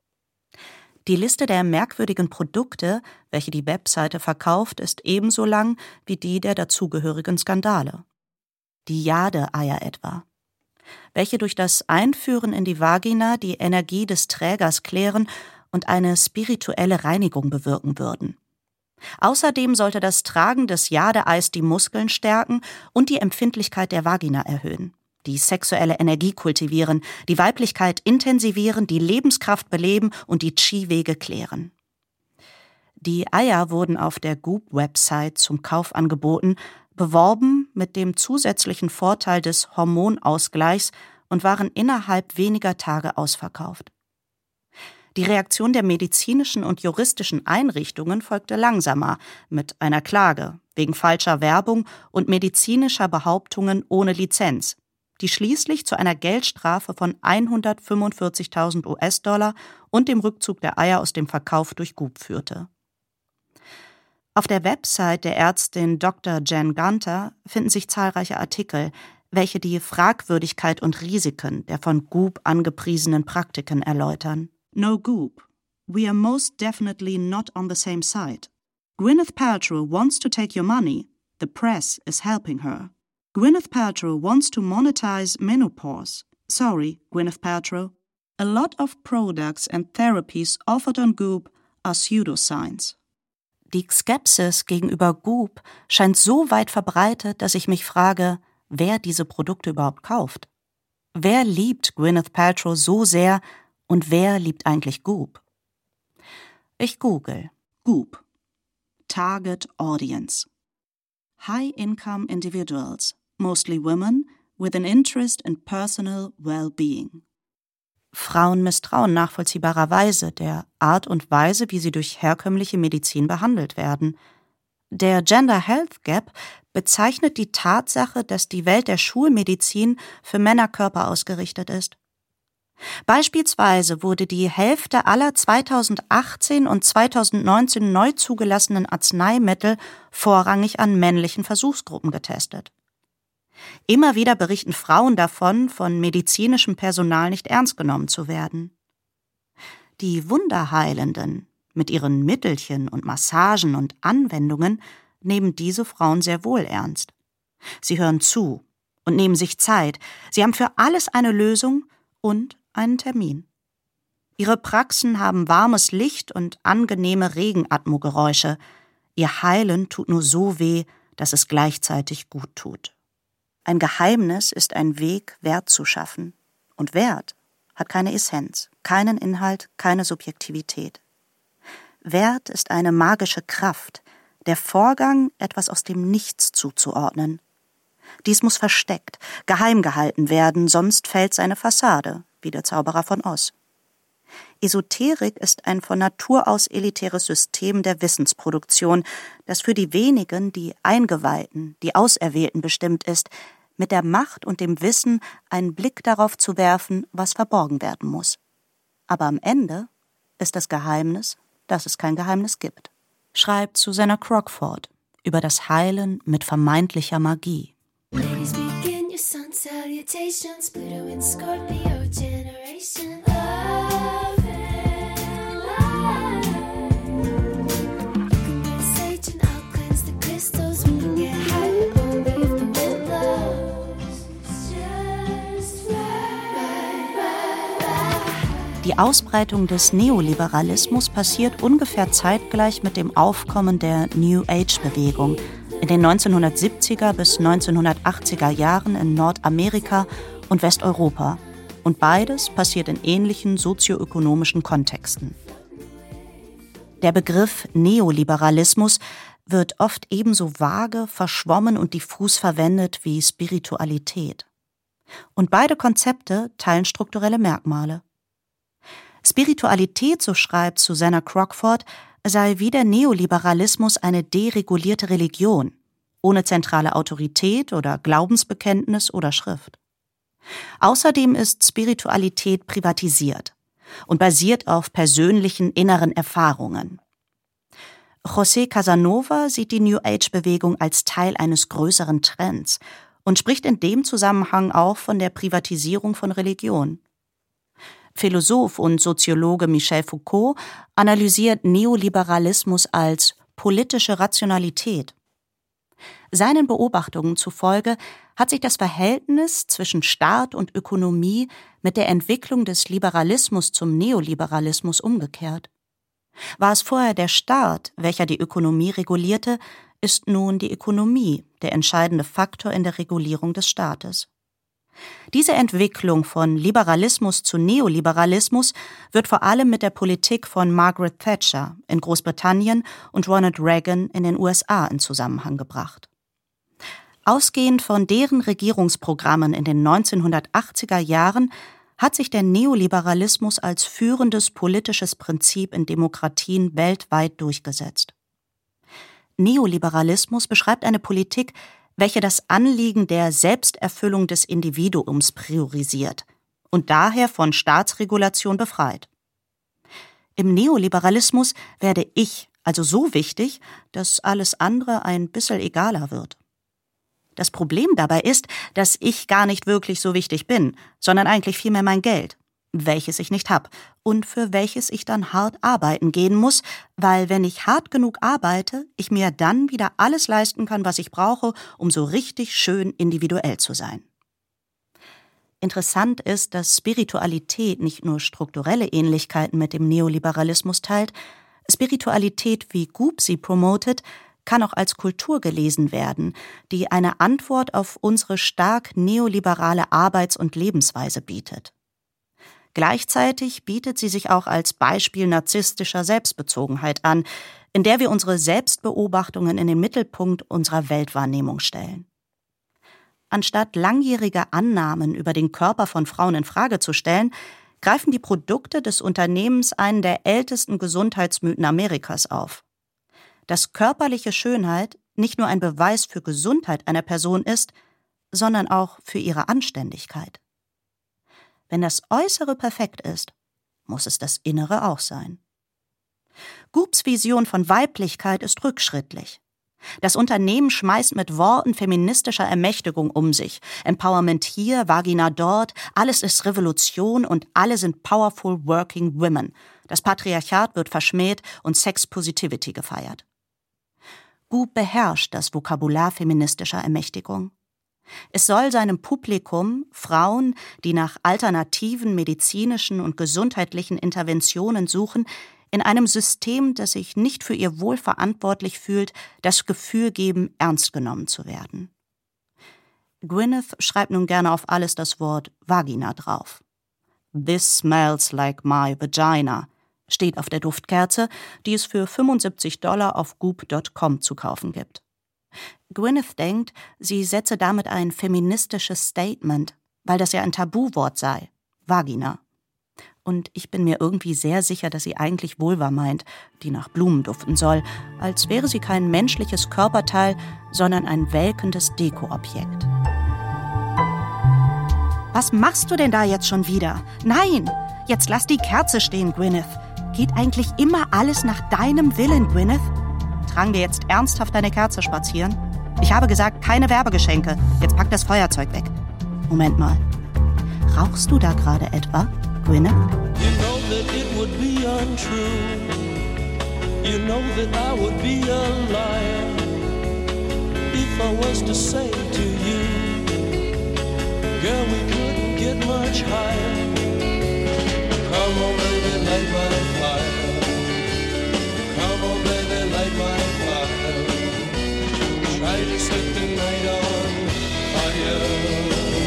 Die Liste der merkwürdigen Produkte, welche die Webseite verkauft, ist ebenso lang wie die der dazugehörigen Skandale. Die Jade-Eier etwa, welche durch das Einführen in die Vagina die Energie des Trägers klären und eine spirituelle Reinigung bewirken würden. Außerdem sollte das Tragen des Jade-Eis die Muskeln stärken und die Empfindlichkeit der Vagina erhöhen, die sexuelle Energie kultivieren, die Weiblichkeit intensivieren, die Lebenskraft beleben und die Chi-Wege klären. Die Eier wurden auf der Goop-Website zum Kauf angeboten, beworben mit dem zusätzlichen Vorteil des Hormonausgleichs und waren innerhalb weniger Tage ausverkauft. Die Reaktion der medizinischen und juristischen Einrichtungen folgte langsamer, mit einer Klage wegen falscher Werbung und medizinischer Behauptungen ohne Lizenz, die schließlich zu einer Geldstrafe von hundertfünfundvierzigtausend U S-Dollar und dem Rückzug der Eier aus dem Verkauf durch Goop führte. Auf der Website der Ärztin Doktor Jen Gunter finden sich zahlreiche Artikel, welche die Fragwürdigkeit und Risiken der von Goop angepriesenen Praktiken erläutern. No Goop. We are most definitely not on the same side. Gwyneth Paltrow wants to take your money. The press is helping her. Gwyneth Paltrow wants to monetize menopause. Sorry, Gwyneth Paltrow. A lot of products and therapies offered on Goop are pseudoscience. Die Skepsis gegenüber Goop scheint so weit verbreitet, dass ich mich frage, wer diese Produkte überhaupt kauft. Wer liebt Gwyneth Paltrow so sehr und wer liebt eigentlich Goop? Ich google. Goop. target audience. High-income individuals, mostly women, with an interest in personal well-being. Frauen misstrauen nachvollziehbarerweise der Art und Weise, wie sie durch herkömmliche Medizin behandelt werden. Der Gender Health Gap bezeichnet die Tatsache, dass die Welt der Schulmedizin für Männerkörper ausgerichtet ist. Beispielsweise wurde die Hälfte aller zweitausendachtzehn und zweitausendneunzehn neu zugelassenen Arzneimittel vorrangig an männlichen Versuchsgruppen getestet. Immer wieder berichten Frauen davon, von medizinischem Personal nicht ernst genommen zu werden. Die Wunderheilenden mit ihren Mittelchen und Massagen und Anwendungen nehmen diese Frauen sehr wohl ernst. Sie hören zu und nehmen sich Zeit. Sie haben für alles eine Lösung und einen Termin. Ihre Praxen haben warmes Licht und angenehme Regenatmogeräusche. Ihr Heilen tut nur so weh, dass es gleichzeitig gut tut. Ein Geheimnis ist ein Weg, Wert zu schaffen. Und Wert hat keine Essenz, keinen Inhalt, keine Subjektivität. Wert ist eine magische Kraft, der Vorgang, etwas aus dem Nichts zuzuordnen. Dies muss versteckt, geheim gehalten werden, sonst fällt seine Fassade, wie der Zauberer von Oz. Esoterik ist ein von Natur aus elitäres System der Wissensproduktion, das für die wenigen, die Eingeweihten, die Auserwählten bestimmt ist, mit der Macht und dem Wissen einen Blick darauf zu werfen, was verborgen werden muss. Aber am Ende ist das Geheimnis, dass es kein Geheimnis gibt, schreibt Susanna Crockford über das Heilen mit vermeintlicher Magie. Ladies, begin your sun salutations. Pluto in Scorpio generation. Love and light. You can burn sage and I'll cleanse the crystals. We can get high only if the wind blows. It's just right, right, right. Die Ausbreitung des Neoliberalismus passiert ungefähr zeitgleich mit dem Aufkommen der New Age-Bewegung in den neunzehnhundertsiebziger bis neunzehnhundertachtziger Jahren in Nordamerika und Westeuropa. Und beides passiert in ähnlichen sozioökonomischen Kontexten. Der Begriff Neoliberalismus wird oft ebenso vage, verschwommen und diffus verwendet wie Spiritualität. Und beide Konzepte teilen strukturelle Merkmale. Spiritualität, so schreibt Susanna Crockford, sei wie der Neoliberalismus eine deregulierte Religion, ohne zentrale Autorität oder Glaubensbekenntnis oder Schrift. Außerdem ist Spiritualität privatisiert und basiert auf persönlichen inneren Erfahrungen. José Casanova sieht die New Age-Bewegung als Teil eines größeren Trends und spricht in dem Zusammenhang auch von der Privatisierung von Religion. Philosoph und Soziologe Michel Foucault analysiert Neoliberalismus als politische Rationalität. Seinen Beobachtungen zufolge hat sich das Verhältnis zwischen Staat und Ökonomie mit der Entwicklung des Liberalismus zum Neoliberalismus umgekehrt. War es vorher der Staat, welcher die Ökonomie regulierte, ist nun die Ökonomie der entscheidende Faktor in der Regulierung des Staates. Diese Entwicklung von Liberalismus zu Neoliberalismus wird vor allem mit der Politik von Margaret Thatcher in Großbritannien und Ronald Reagan in den U S A in Zusammenhang gebracht. Ausgehend von deren Regierungsprogrammen in den neunzehnhundertachtziger Jahren hat sich der Neoliberalismus als führendes politisches Prinzip in Demokratien weltweit durchgesetzt. Neoliberalismus beschreibt eine Politik, welche das Anliegen der Selbsterfüllung des Individuums priorisiert und daher von Staatsregulation befreit. Im Neoliberalismus werde ich also so wichtig, dass alles andere ein bisschen egaler wird. Das Problem dabei ist, dass ich gar nicht wirklich so wichtig bin, sondern eigentlich vielmehr mein Geld, welches ich nicht habe und für welches ich dann hart arbeiten gehen muss, weil wenn ich hart genug arbeite, ich mir dann wieder alles leisten kann, was ich brauche, um so richtig schön individuell zu sein. Interessant ist, dass Spiritualität nicht nur strukturelle Ähnlichkeiten mit dem Neoliberalismus teilt. Spiritualität, wie Goop sie promotet, kann auch als Kultur gelesen werden, die eine Antwort auf unsere stark neoliberale Arbeits- und Lebensweise bietet. Gleichzeitig bietet sie sich auch als Beispiel narzisstischer Selbstbezogenheit an, in der wir unsere Selbstbeobachtungen in den Mittelpunkt unserer Weltwahrnehmung stellen. Anstatt langjährige Annahmen über den Körper von Frauen in Frage zu stellen, greifen die Produkte des Unternehmens einen der ältesten Gesundheitsmythen Amerikas auf. Dass körperliche Schönheit nicht nur ein Beweis für Gesundheit einer Person ist, sondern auch für ihre Anständigkeit. Wenn das Äußere perfekt ist, muss es das Innere auch sein. Goopes Vision von Weiblichkeit ist rückschrittlich. Das Unternehmen schmeißt mit Worten feministischer Ermächtigung um sich. Empowerment hier, Vagina dort, alles ist Revolution und alle sind powerful working women. Das Patriarchat wird verschmäht und Sex Positivity gefeiert. Goop beherrscht das Vokabular feministischer Ermächtigung. Es soll seinem Publikum, Frauen, die nach alternativen medizinischen und gesundheitlichen Interventionen suchen, in einem System, das sich nicht für ihr Wohl verantwortlich fühlt, das Gefühl geben, ernst genommen zu werden. Gwyneth schreibt nun gerne auf alles das Wort Vagina drauf. This smells like my vagina steht auf der Duftkerze, die es für fünfundsiebzig Dollar auf goop Punkt com zu kaufen gibt. Gwyneth denkt, sie setze damit ein feministisches Statement, weil das ja ein Tabuwort sei, Vagina. Und ich bin mir irgendwie sehr sicher, dass sie eigentlich Vulva meint, die nach Blumen duften soll, als wäre sie kein menschliches Körperteil, sondern ein welkendes Dekoobjekt. Was machst du denn da jetzt schon wieder? Nein, jetzt lass die Kerze stehen, Gwyneth. Geht eigentlich immer alles nach deinem Willen, Gwyneth? Tragen wir jetzt ernsthaft deine Kerze spazieren? Ich habe gesagt, keine Werbegeschenke. Jetzt pack das Feuerzeug weg. Moment mal. Rauchst du da gerade etwa, Gwyneth? You know that it would be untrue. You know that I would be a liar if I was to say to you, girl, we couldn't get much higher. Come on, baby, light my fire. Come on, baby, light my fire. Try to set the night on fire.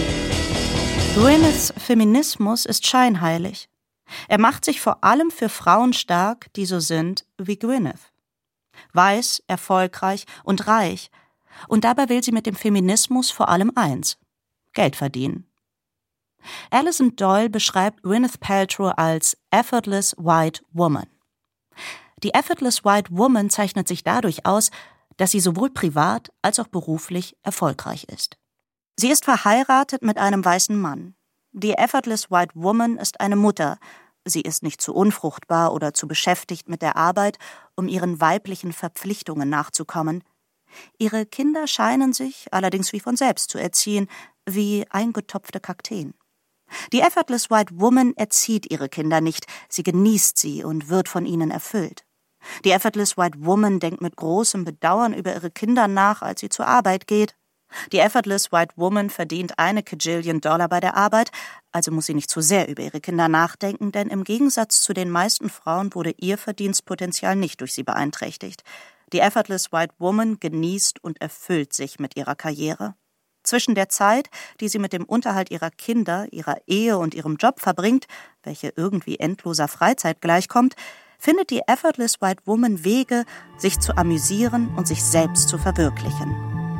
Gwyneths Feminismus ist scheinheilig. Er macht sich vor allem für Frauen stark, die so sind wie Gwyneth. Weiß, erfolgreich und reich. Und dabei will sie mit dem Feminismus vor allem eins: Geld verdienen. Alison Doyle beschreibt Gwyneth Paltrow als effortless white woman. Die effortless white woman zeichnet sich dadurch aus, dass sie sowohl privat als auch beruflich erfolgreich ist. Sie ist verheiratet mit einem weißen Mann. Die effortless white woman ist eine Mutter. Sie ist nicht zu unfruchtbar oder zu beschäftigt mit der Arbeit, um ihren weiblichen Verpflichtungen nachzukommen. Ihre Kinder scheinen sich allerdings wie von selbst zu erziehen, wie eingetopfte Kakteen. Die effortless white woman erzieht ihre Kinder nicht, sie genießt sie und wird von ihnen erfüllt. Die effortless white woman denkt mit großem Bedauern über ihre Kinder nach, als sie zur Arbeit geht. Die effortless white woman verdient eine Kajillion Dollar bei der Arbeit, also muss sie nicht zu sehr über ihre Kinder nachdenken, denn im Gegensatz zu den meisten Frauen wurde ihr Verdienstpotenzial nicht durch sie beeinträchtigt. Die effortless white woman genießt und erfüllt sich mit ihrer Karriere. Zwischen der Zeit, die sie mit dem Unterhalt ihrer Kinder, ihrer Ehe und ihrem Job verbringt, welche irgendwie endloser Freizeit gleichkommt, findet die effortless white woman Wege, sich zu amüsieren und sich selbst zu verwirklichen.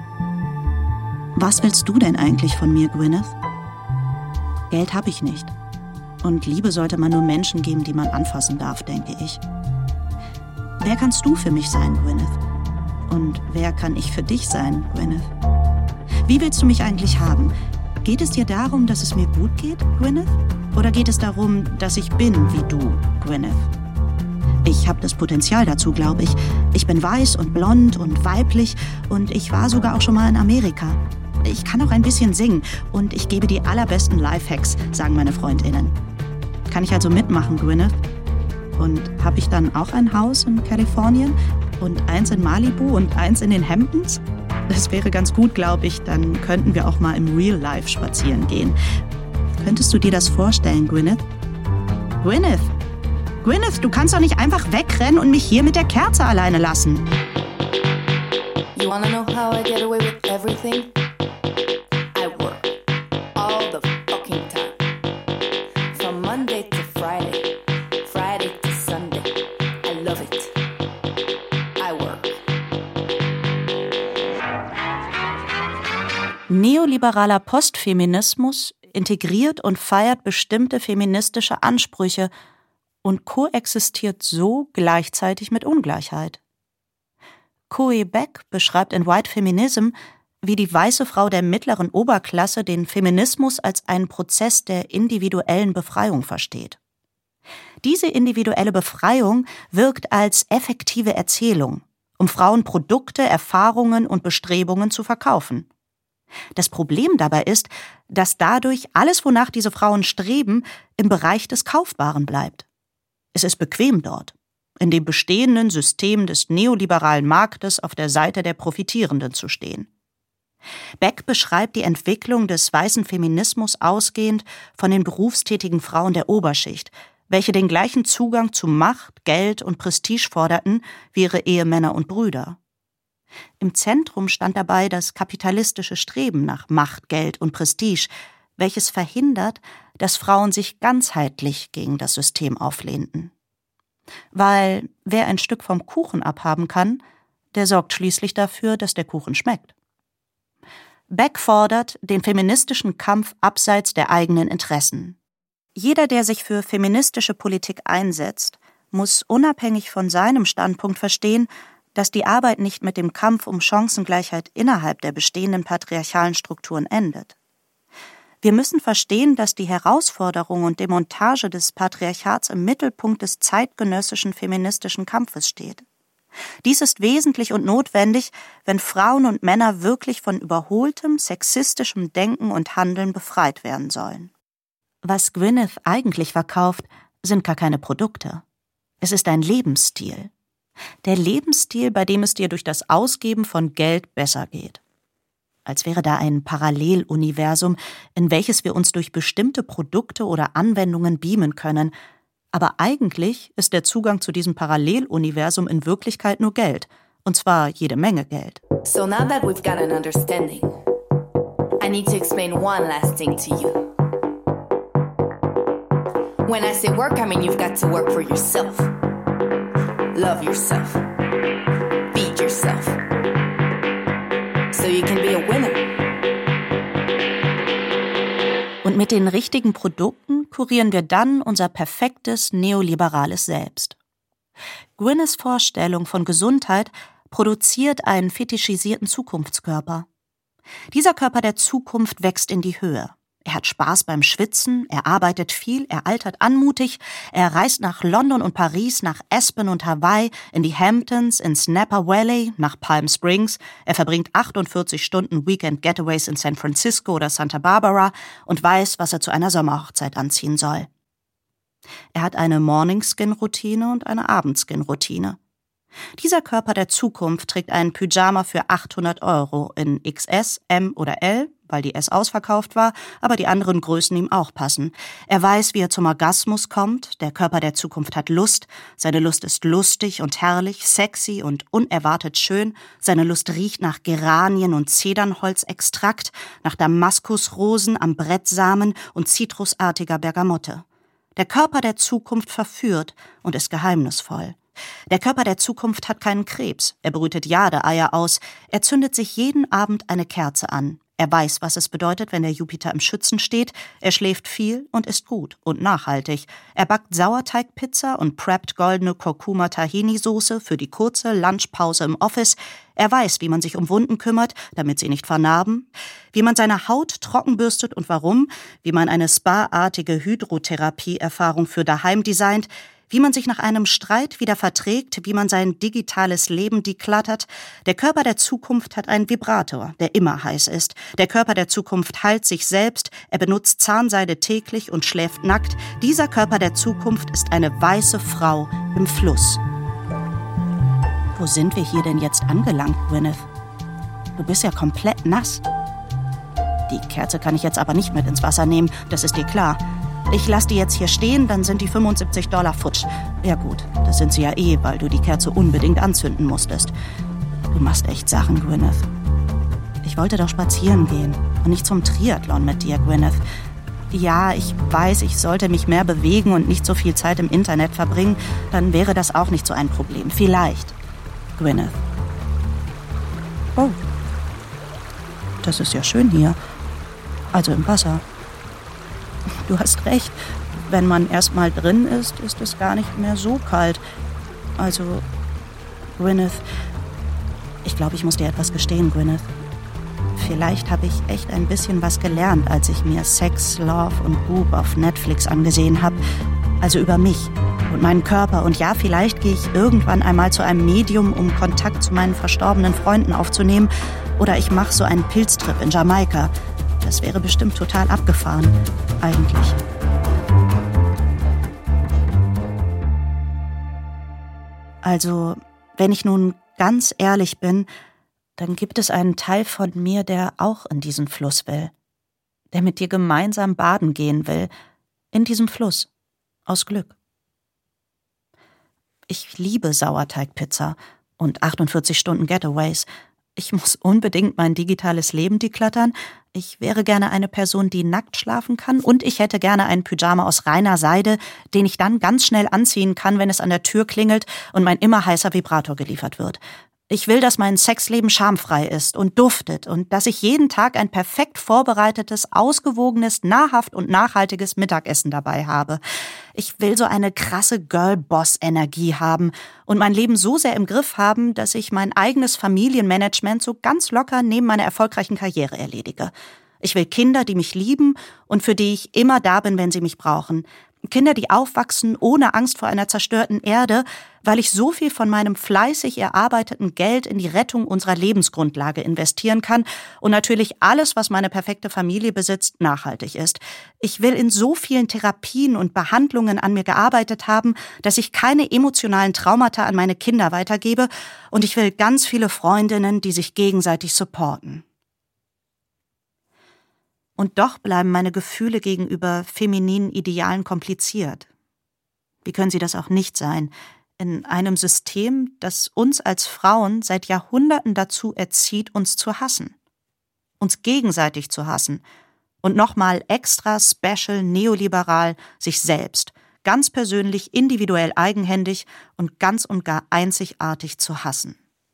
Was willst du denn eigentlich von mir, Gwyneth? Geld habe ich nicht. Und Liebe sollte man nur Menschen geben, die man anfassen darf, denke ich. Wer kannst du für mich sein, Gwyneth? Und wer kann ich für dich sein, Gwyneth? Wie willst du mich eigentlich haben? Geht es dir darum, dass es mir gut geht, Gwyneth? Oder geht es darum, dass ich bin wie du, Gwyneth? Ich habe das Potenzial dazu, glaube ich. Ich bin weiß und blond und weiblich und ich war sogar auch schon mal in Amerika. Ich kann auch ein bisschen singen und ich gebe die allerbesten Lifehacks, sagen meine FreundInnen. Kann ich also mitmachen, Gwyneth? Und habe ich dann auch ein Haus in Kalifornien und eins in Malibu und eins in den Hamptons? Das wäre ganz gut, glaube ich. Dann könnten wir auch mal im Real Life spazieren gehen. Könntest du dir das vorstellen, Gwyneth? Gwyneth! Gwyneth, du kannst doch nicht einfach wegrennen und mich hier mit der Kerze alleine lassen. You wanna know how I get away with everything? I work all the fucking time. From Monday neoliberaler Postfeminismus integriert und feiert bestimmte feministische Ansprüche und koexistiert so gleichzeitig mit Ungleichheit. Coe Beck beschreibt in White Feminism, wie die weiße Frau der mittleren Oberklasse den Feminismus als einen Prozess der individuellen Befreiung versteht. Diese individuelle Befreiung wirkt als effektive Erzählung, um Frauen Produkte, Erfahrungen und Bestrebungen zu verkaufen. Das Problem dabei ist, dass dadurch alles, wonach diese Frauen streben, im Bereich des Kaufbaren bleibt. Es ist bequem dort, in dem bestehenden System des neoliberalen Marktes auf der Seite der Profitierenden zu stehen. Beck beschreibt die Entwicklung des weißen Feminismus ausgehend von den berufstätigen Frauen der Oberschicht, welche den gleichen Zugang zu Macht, Geld und Prestige forderten wie ihre Ehemänner und Brüder. Im Zentrum stand dabei das kapitalistische Streben nach Macht, Geld und Prestige, welches verhindert, dass Frauen sich ganzheitlich gegen das System auflehnten. Weil wer ein Stück vom Kuchen abhaben kann, der sorgt schließlich dafür, dass der Kuchen schmeckt. Beck fordert den feministischen Kampf abseits der eigenen Interessen. Jeder, der sich für feministische Politik einsetzt, muss unabhängig von seinem Standpunkt verstehen, dass die Arbeit nicht mit dem Kampf um Chancengleichheit innerhalb der bestehenden patriarchalen Strukturen endet. Wir müssen verstehen, dass die Herausforderung und Demontage des Patriarchats im Mittelpunkt des zeitgenössischen feministischen Kampfes steht. Dies ist wesentlich und notwendig, wenn Frauen und Männer wirklich von überholtem, sexistischem Denken und Handeln befreit werden sollen. Was Gwyneth eigentlich verkauft, sind gar keine Produkte. Es ist ein Lebensstil. Der Lebensstil, bei dem es dir durch das Ausgeben von Geld besser geht. Als wäre da ein Paralleluniversum, in welches wir uns durch bestimmte Produkte oder Anwendungen beamen können. Aber eigentlich ist der Zugang zu diesem Paralleluniversum in Wirklichkeit nur Geld. Und zwar jede Menge Geld. So now that we've got an understanding, I need to explain one last thing to you. When I say work, I mean you've got to work for yourself. Love yourself. Feed yourself. So you can be a winner. Und mit den richtigen Produkten kurieren wir dann unser perfektes neoliberales Selbst. Gwyneths Vorstellung von Gesundheit produziert einen fetischisierten Zukunftskörper. Dieser Körper der Zukunft wächst in die Höhe. Er hat Spaß beim Schwitzen, er arbeitet viel, er altert anmutig, er reist nach London und Paris, nach Aspen und Hawaii, in die Hamptons, ins Napa Valley, nach Palm Springs, er verbringt achtundvierzig Stunden Weekend-Getaways in San Francisco oder Santa Barbara und weiß, was er zu einer Sommerhochzeit anziehen soll. Er hat eine Morning-Skin-Routine und eine Abend-Skin-Routine. Dieser Körper der Zukunft trägt einen Pyjama für achthundert Euro in X S, M oder L, weil die S ausverkauft war, aber die anderen Größen ihm auch passen. Er weiß, wie er zum Orgasmus kommt. Der Körper der Zukunft hat Lust. Seine Lust ist lustig und herrlich, sexy und unerwartet schön. Seine Lust riecht nach Geranien und Zedernholzextrakt, nach Damaskusrosen, Ambrettsamen und zitrusartiger Bergamotte. Der Körper der Zukunft verführt und ist geheimnisvoll. Der Körper der Zukunft hat keinen Krebs. Er brütet Jade-Eier aus. Er zündet sich jeden Abend eine Kerze an. Er weiß, was es bedeutet, wenn der Jupiter im Schützen steht. Er schläft viel und isst gut und nachhaltig. Er backt Sauerteigpizza und preppt goldene Kurkuma-Tahini-Soße für die kurze Lunchpause im Office. Er weiß, wie man sich um Wunden kümmert, damit sie nicht vernarben, wie man seine Haut trocken bürstet und warum, wie man eine spa-artige Hydrotherapie-Erfahrung für daheim designt, wie man sich nach einem Streit wieder verträgt, wie man sein digitales Leben deklattert. Der Körper der Zukunft hat einen Vibrator, der immer heiß ist. Der Körper der Zukunft heilt sich selbst, er benutzt Zahnseide täglich und schläft nackt. Dieser Körper der Zukunft ist eine weiße Frau im Fluss. Wo sind wir hier denn jetzt angelangt, Gwyneth? Du bist ja komplett nass. Die Kerze kann ich jetzt aber nicht mit ins Wasser nehmen, das ist dir klar. Ich lass die jetzt hier stehen, dann sind die fünfundsiebzig Dollar futsch. Ja gut, das sind sie ja eh, weil du die Kerze unbedingt anzünden musstest. Du machst echt Sachen, Gwyneth. Ich wollte doch spazieren gehen und nicht zum Triathlon mit dir, Gwyneth. Ja, ich weiß, ich sollte mich mehr bewegen und nicht so viel Zeit im Internet verbringen. Dann wäre das auch nicht so ein Problem. Vielleicht, Gwyneth. Oh, das ist ja schön hier. also im Wasser. Du hast recht, wenn man erst mal drin ist, ist es gar nicht mehr so kalt. Also, Gwyneth, ich glaube, ich muss dir etwas gestehen, Gwyneth. Vielleicht habe ich echt ein bisschen was gelernt, als ich mir Sex, Love und Boob auf Netflix angesehen habe. Also über mich und meinen Körper. Und ja, vielleicht gehe ich irgendwann einmal zu einem Medium, um Kontakt zu meinen verstorbenen Freunden aufzunehmen. Oder ich mache so einen Pilztrip in Jamaika. Das wäre bestimmt total abgefahren, eigentlich. Also, wenn ich nun ganz ehrlich bin, dann gibt es einen Teil von mir, der auch in diesen Fluss will. Der mit dir gemeinsam baden gehen will. In diesem Fluss. Aus Glück. Ich liebe Sauerteigpizza und achtundvierzig Stunden Getaways. Ich muss unbedingt mein digitales Leben deklattern. Ich wäre gerne eine Person, die nackt schlafen kann. Und ich hätte gerne einen Pyjama aus reiner Seide, den ich dann ganz schnell anziehen kann, wenn es an der Tür klingelt und mein immer heißer Vibrator geliefert wird. Ich will, dass mein Sexleben schamfrei ist und duftet und dass ich jeden Tag ein perfekt vorbereitetes, ausgewogenes, nahrhaft und nachhaltiges Mittagessen dabei habe. Ich will so eine krasse Girl-Boss-Energie haben und mein Leben so sehr im Griff haben, dass ich mein eigenes Familienmanagement so ganz locker neben meiner erfolgreichen Karriere erledige. Ich will Kinder, die mich lieben und für die ich immer da bin, wenn sie mich brauchen. Kinder, die aufwachsen ohne Angst vor einer zerstörten Erde, weil ich so viel von meinem fleißig erarbeiteten Geld in die Rettung unserer Lebensgrundlage investieren kann und natürlich alles, was meine perfekte Familie besitzt, nachhaltig ist. Ich will in so vielen Therapien und Behandlungen an mir gearbeitet haben, dass ich keine emotionalen Traumata an meine Kinder weitergebe und ich will ganz viele Freundinnen, die sich gegenseitig supporten. Und doch bleiben meine Gefühle gegenüber femininen Idealen kompliziert. Wie können sie das auch nicht sein? In einem System, das uns als Frauen seit Jahrhunderten dazu erzieht, uns zu hassen. Uns gegenseitig zu hassen. Und nochmal extra special neoliberal sich selbst, ganz persönlich, individuell eigenhändig und ganz und gar einzigartig zu hassen.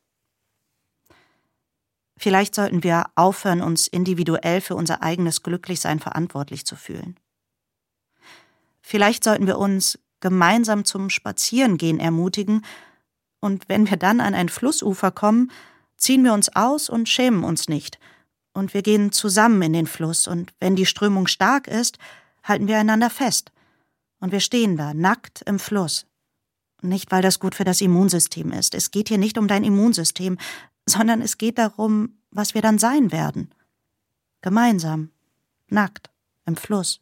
Vielleicht sollten wir aufhören, uns individuell für unser eigenes Glücklichsein verantwortlich zu fühlen. Vielleicht sollten wir uns gemeinsam zum Spazierengehen ermutigen und wenn wir dann an ein Flussufer kommen, ziehen wir uns aus und schämen uns nicht. Und wir gehen zusammen in den Fluss und wenn die Strömung stark ist, halten wir einander fest. Und wir stehen da, nackt im Fluss. Nicht, weil das gut für das Immunsystem ist. Es geht hier nicht um dein Immunsystem, sondern es geht darum, was wir dann sein werden. Gemeinsam, nackt, im Fluss.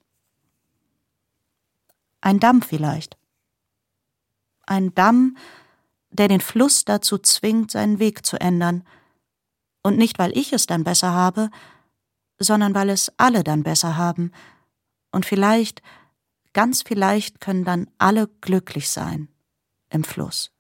Ein Damm vielleicht. Ein Damm, der den Fluss dazu zwingt, seinen Weg zu ändern. Und nicht, weil ich es dann besser habe, sondern weil es alle dann besser haben. Und vielleicht, ganz vielleicht können dann alle glücklich sein im Fluss.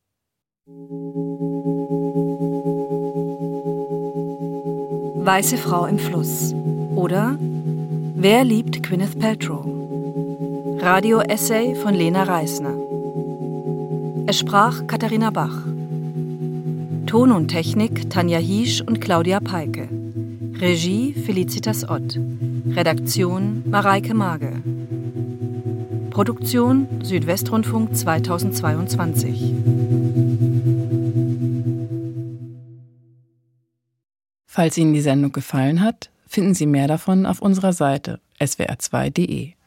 Weiße Frau im Fluss oder Wer liebt Gwyneth Paltrow? Radio-Essay von Lena Reisner. Es sprach Katharina Bach. Ton und Technik Tanja Hiesch und Claudia Peike. Regie Felicitas Ott. Redaktion Mareike Mage. Produktion Südwestrundfunk zweitausendzweiundzwanzig. Falls Ihnen die Sendung gefallen hat, finden Sie mehr davon auf unserer Seite s w r zwei punkt d e.